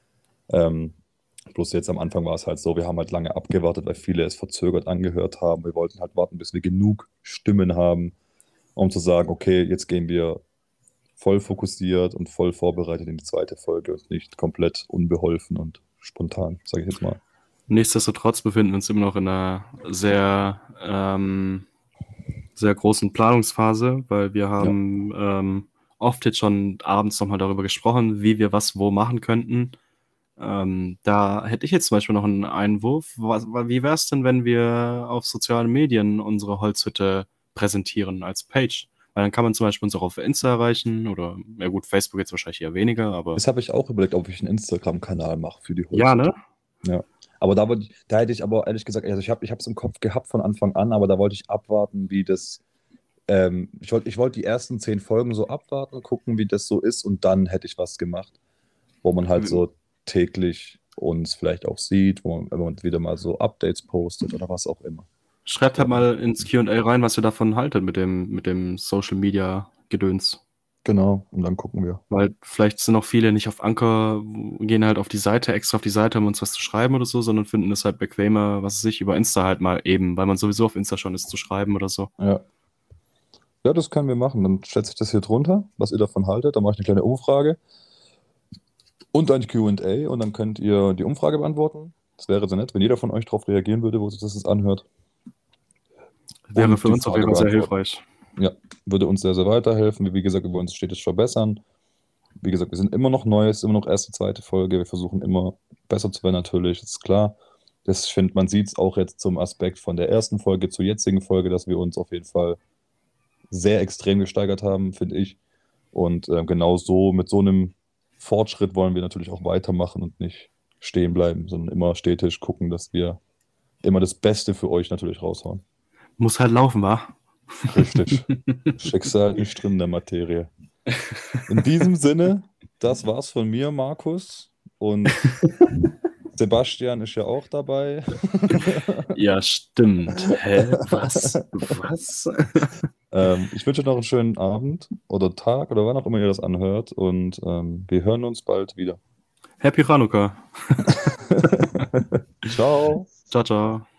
Ähm, bloß jetzt am Anfang war es halt so, wir haben halt lange abgewartet, weil viele es verzögert angehört haben. Wir wollten halt warten, bis wir genug Stimmen haben, um zu sagen, okay, jetzt gehen wir voll fokussiert und voll vorbereitet in die zweite Folge und nicht komplett unbeholfen und spontan, sage ich jetzt mal. Nichtsdestotrotz befinden wir uns immer noch in einer sehr, ähm, sehr großen Planungsphase, weil wir haben ähm, oft jetzt schon abends nochmal darüber gesprochen, wie wir was wo machen könnten. Ähm, da hätte ich jetzt zum Beispiel noch einen Einwurf. Was, wie wäre es denn, wenn wir auf sozialen Medien unsere Holzhütte präsentieren als Page? Weil dann kann man zum Beispiel uns auch auf Insta erreichen oder, ja gut, Facebook jetzt wahrscheinlich eher weniger, aber Das habe ich auch überlegt, ob ich einen Instagram-Kanal mache für die Holzhütte. ja, ne? Ja. Aber da, wollte ich, da hätte ich aber ehrlich gesagt, also ich habe ich es im Kopf gehabt von Anfang an, aber da wollte ich abwarten, wie das. Ähm, ich wollte ich wollt die ersten zehn Folgen so abwarten, gucken, wie das so ist und dann hätte ich was gemacht, wo man halt so täglich uns vielleicht auch sieht, wo man, wenn man wieder mal so Updates postet oder was auch immer. Schreibt halt mal ins Q und A rein, was ihr davon haltet mit dem, mit dem Social Media Gedöns. Genau, und dann gucken wir. Weil vielleicht sind auch viele nicht auf Anchor, gehen halt auf die Seite, extra auf die Seite, um uns was zu schreiben oder so, sondern finden es halt bequemer, was weiß ich, über Insta halt mal eben, weil man sowieso auf Insta schon ist, zu schreiben oder so. Ja. Ja, das können wir machen. Dann schätze ich das hier drunter, was ihr davon haltet. Dann mache ich eine kleine Umfrage und ein Q und A und dann könnt ihr die Umfrage beantworten. Das wäre sehr nett, wenn jeder von euch darauf reagieren würde, wo sich das jetzt anhört. Wäre Und für die uns auf Frage jeden Fall sehr beantworten. hilfreich. Ja, würde uns sehr, sehr weiterhelfen. Wie wie gesagt, wir wollen uns stetig verbessern. Wie gesagt, wir sind immer noch neu, es ist immer noch erste, zweite Folge. Wir versuchen immer besser zu werden, natürlich, das ist klar. Das, ich finde, man sieht es auch jetzt zum Aspekt von der ersten Folge zur jetzigen Folge, dass wir uns auf jeden Fall sehr extrem gesteigert haben, finde ich. Und äh, genau so, mit so einem Fortschritt wollen wir natürlich auch weitermachen und nicht stehen bleiben, sondern immer stetig gucken, dass wir immer das Beste für euch natürlich raushauen. Muss halt laufen, wa? Richtig. Schicksal nicht drin in der Materie. In diesem Sinne, das war's von mir, Markus. Und Sebastian ist ja auch dabei. Ja, stimmt. Hä? Was? Was? ähm, ich wünsche euch noch einen schönen Abend oder Tag oder wann auch immer ihr das anhört. Und ähm, wir hören uns bald wieder. Happy Hanukkah. Ciao. Ciao, ciao.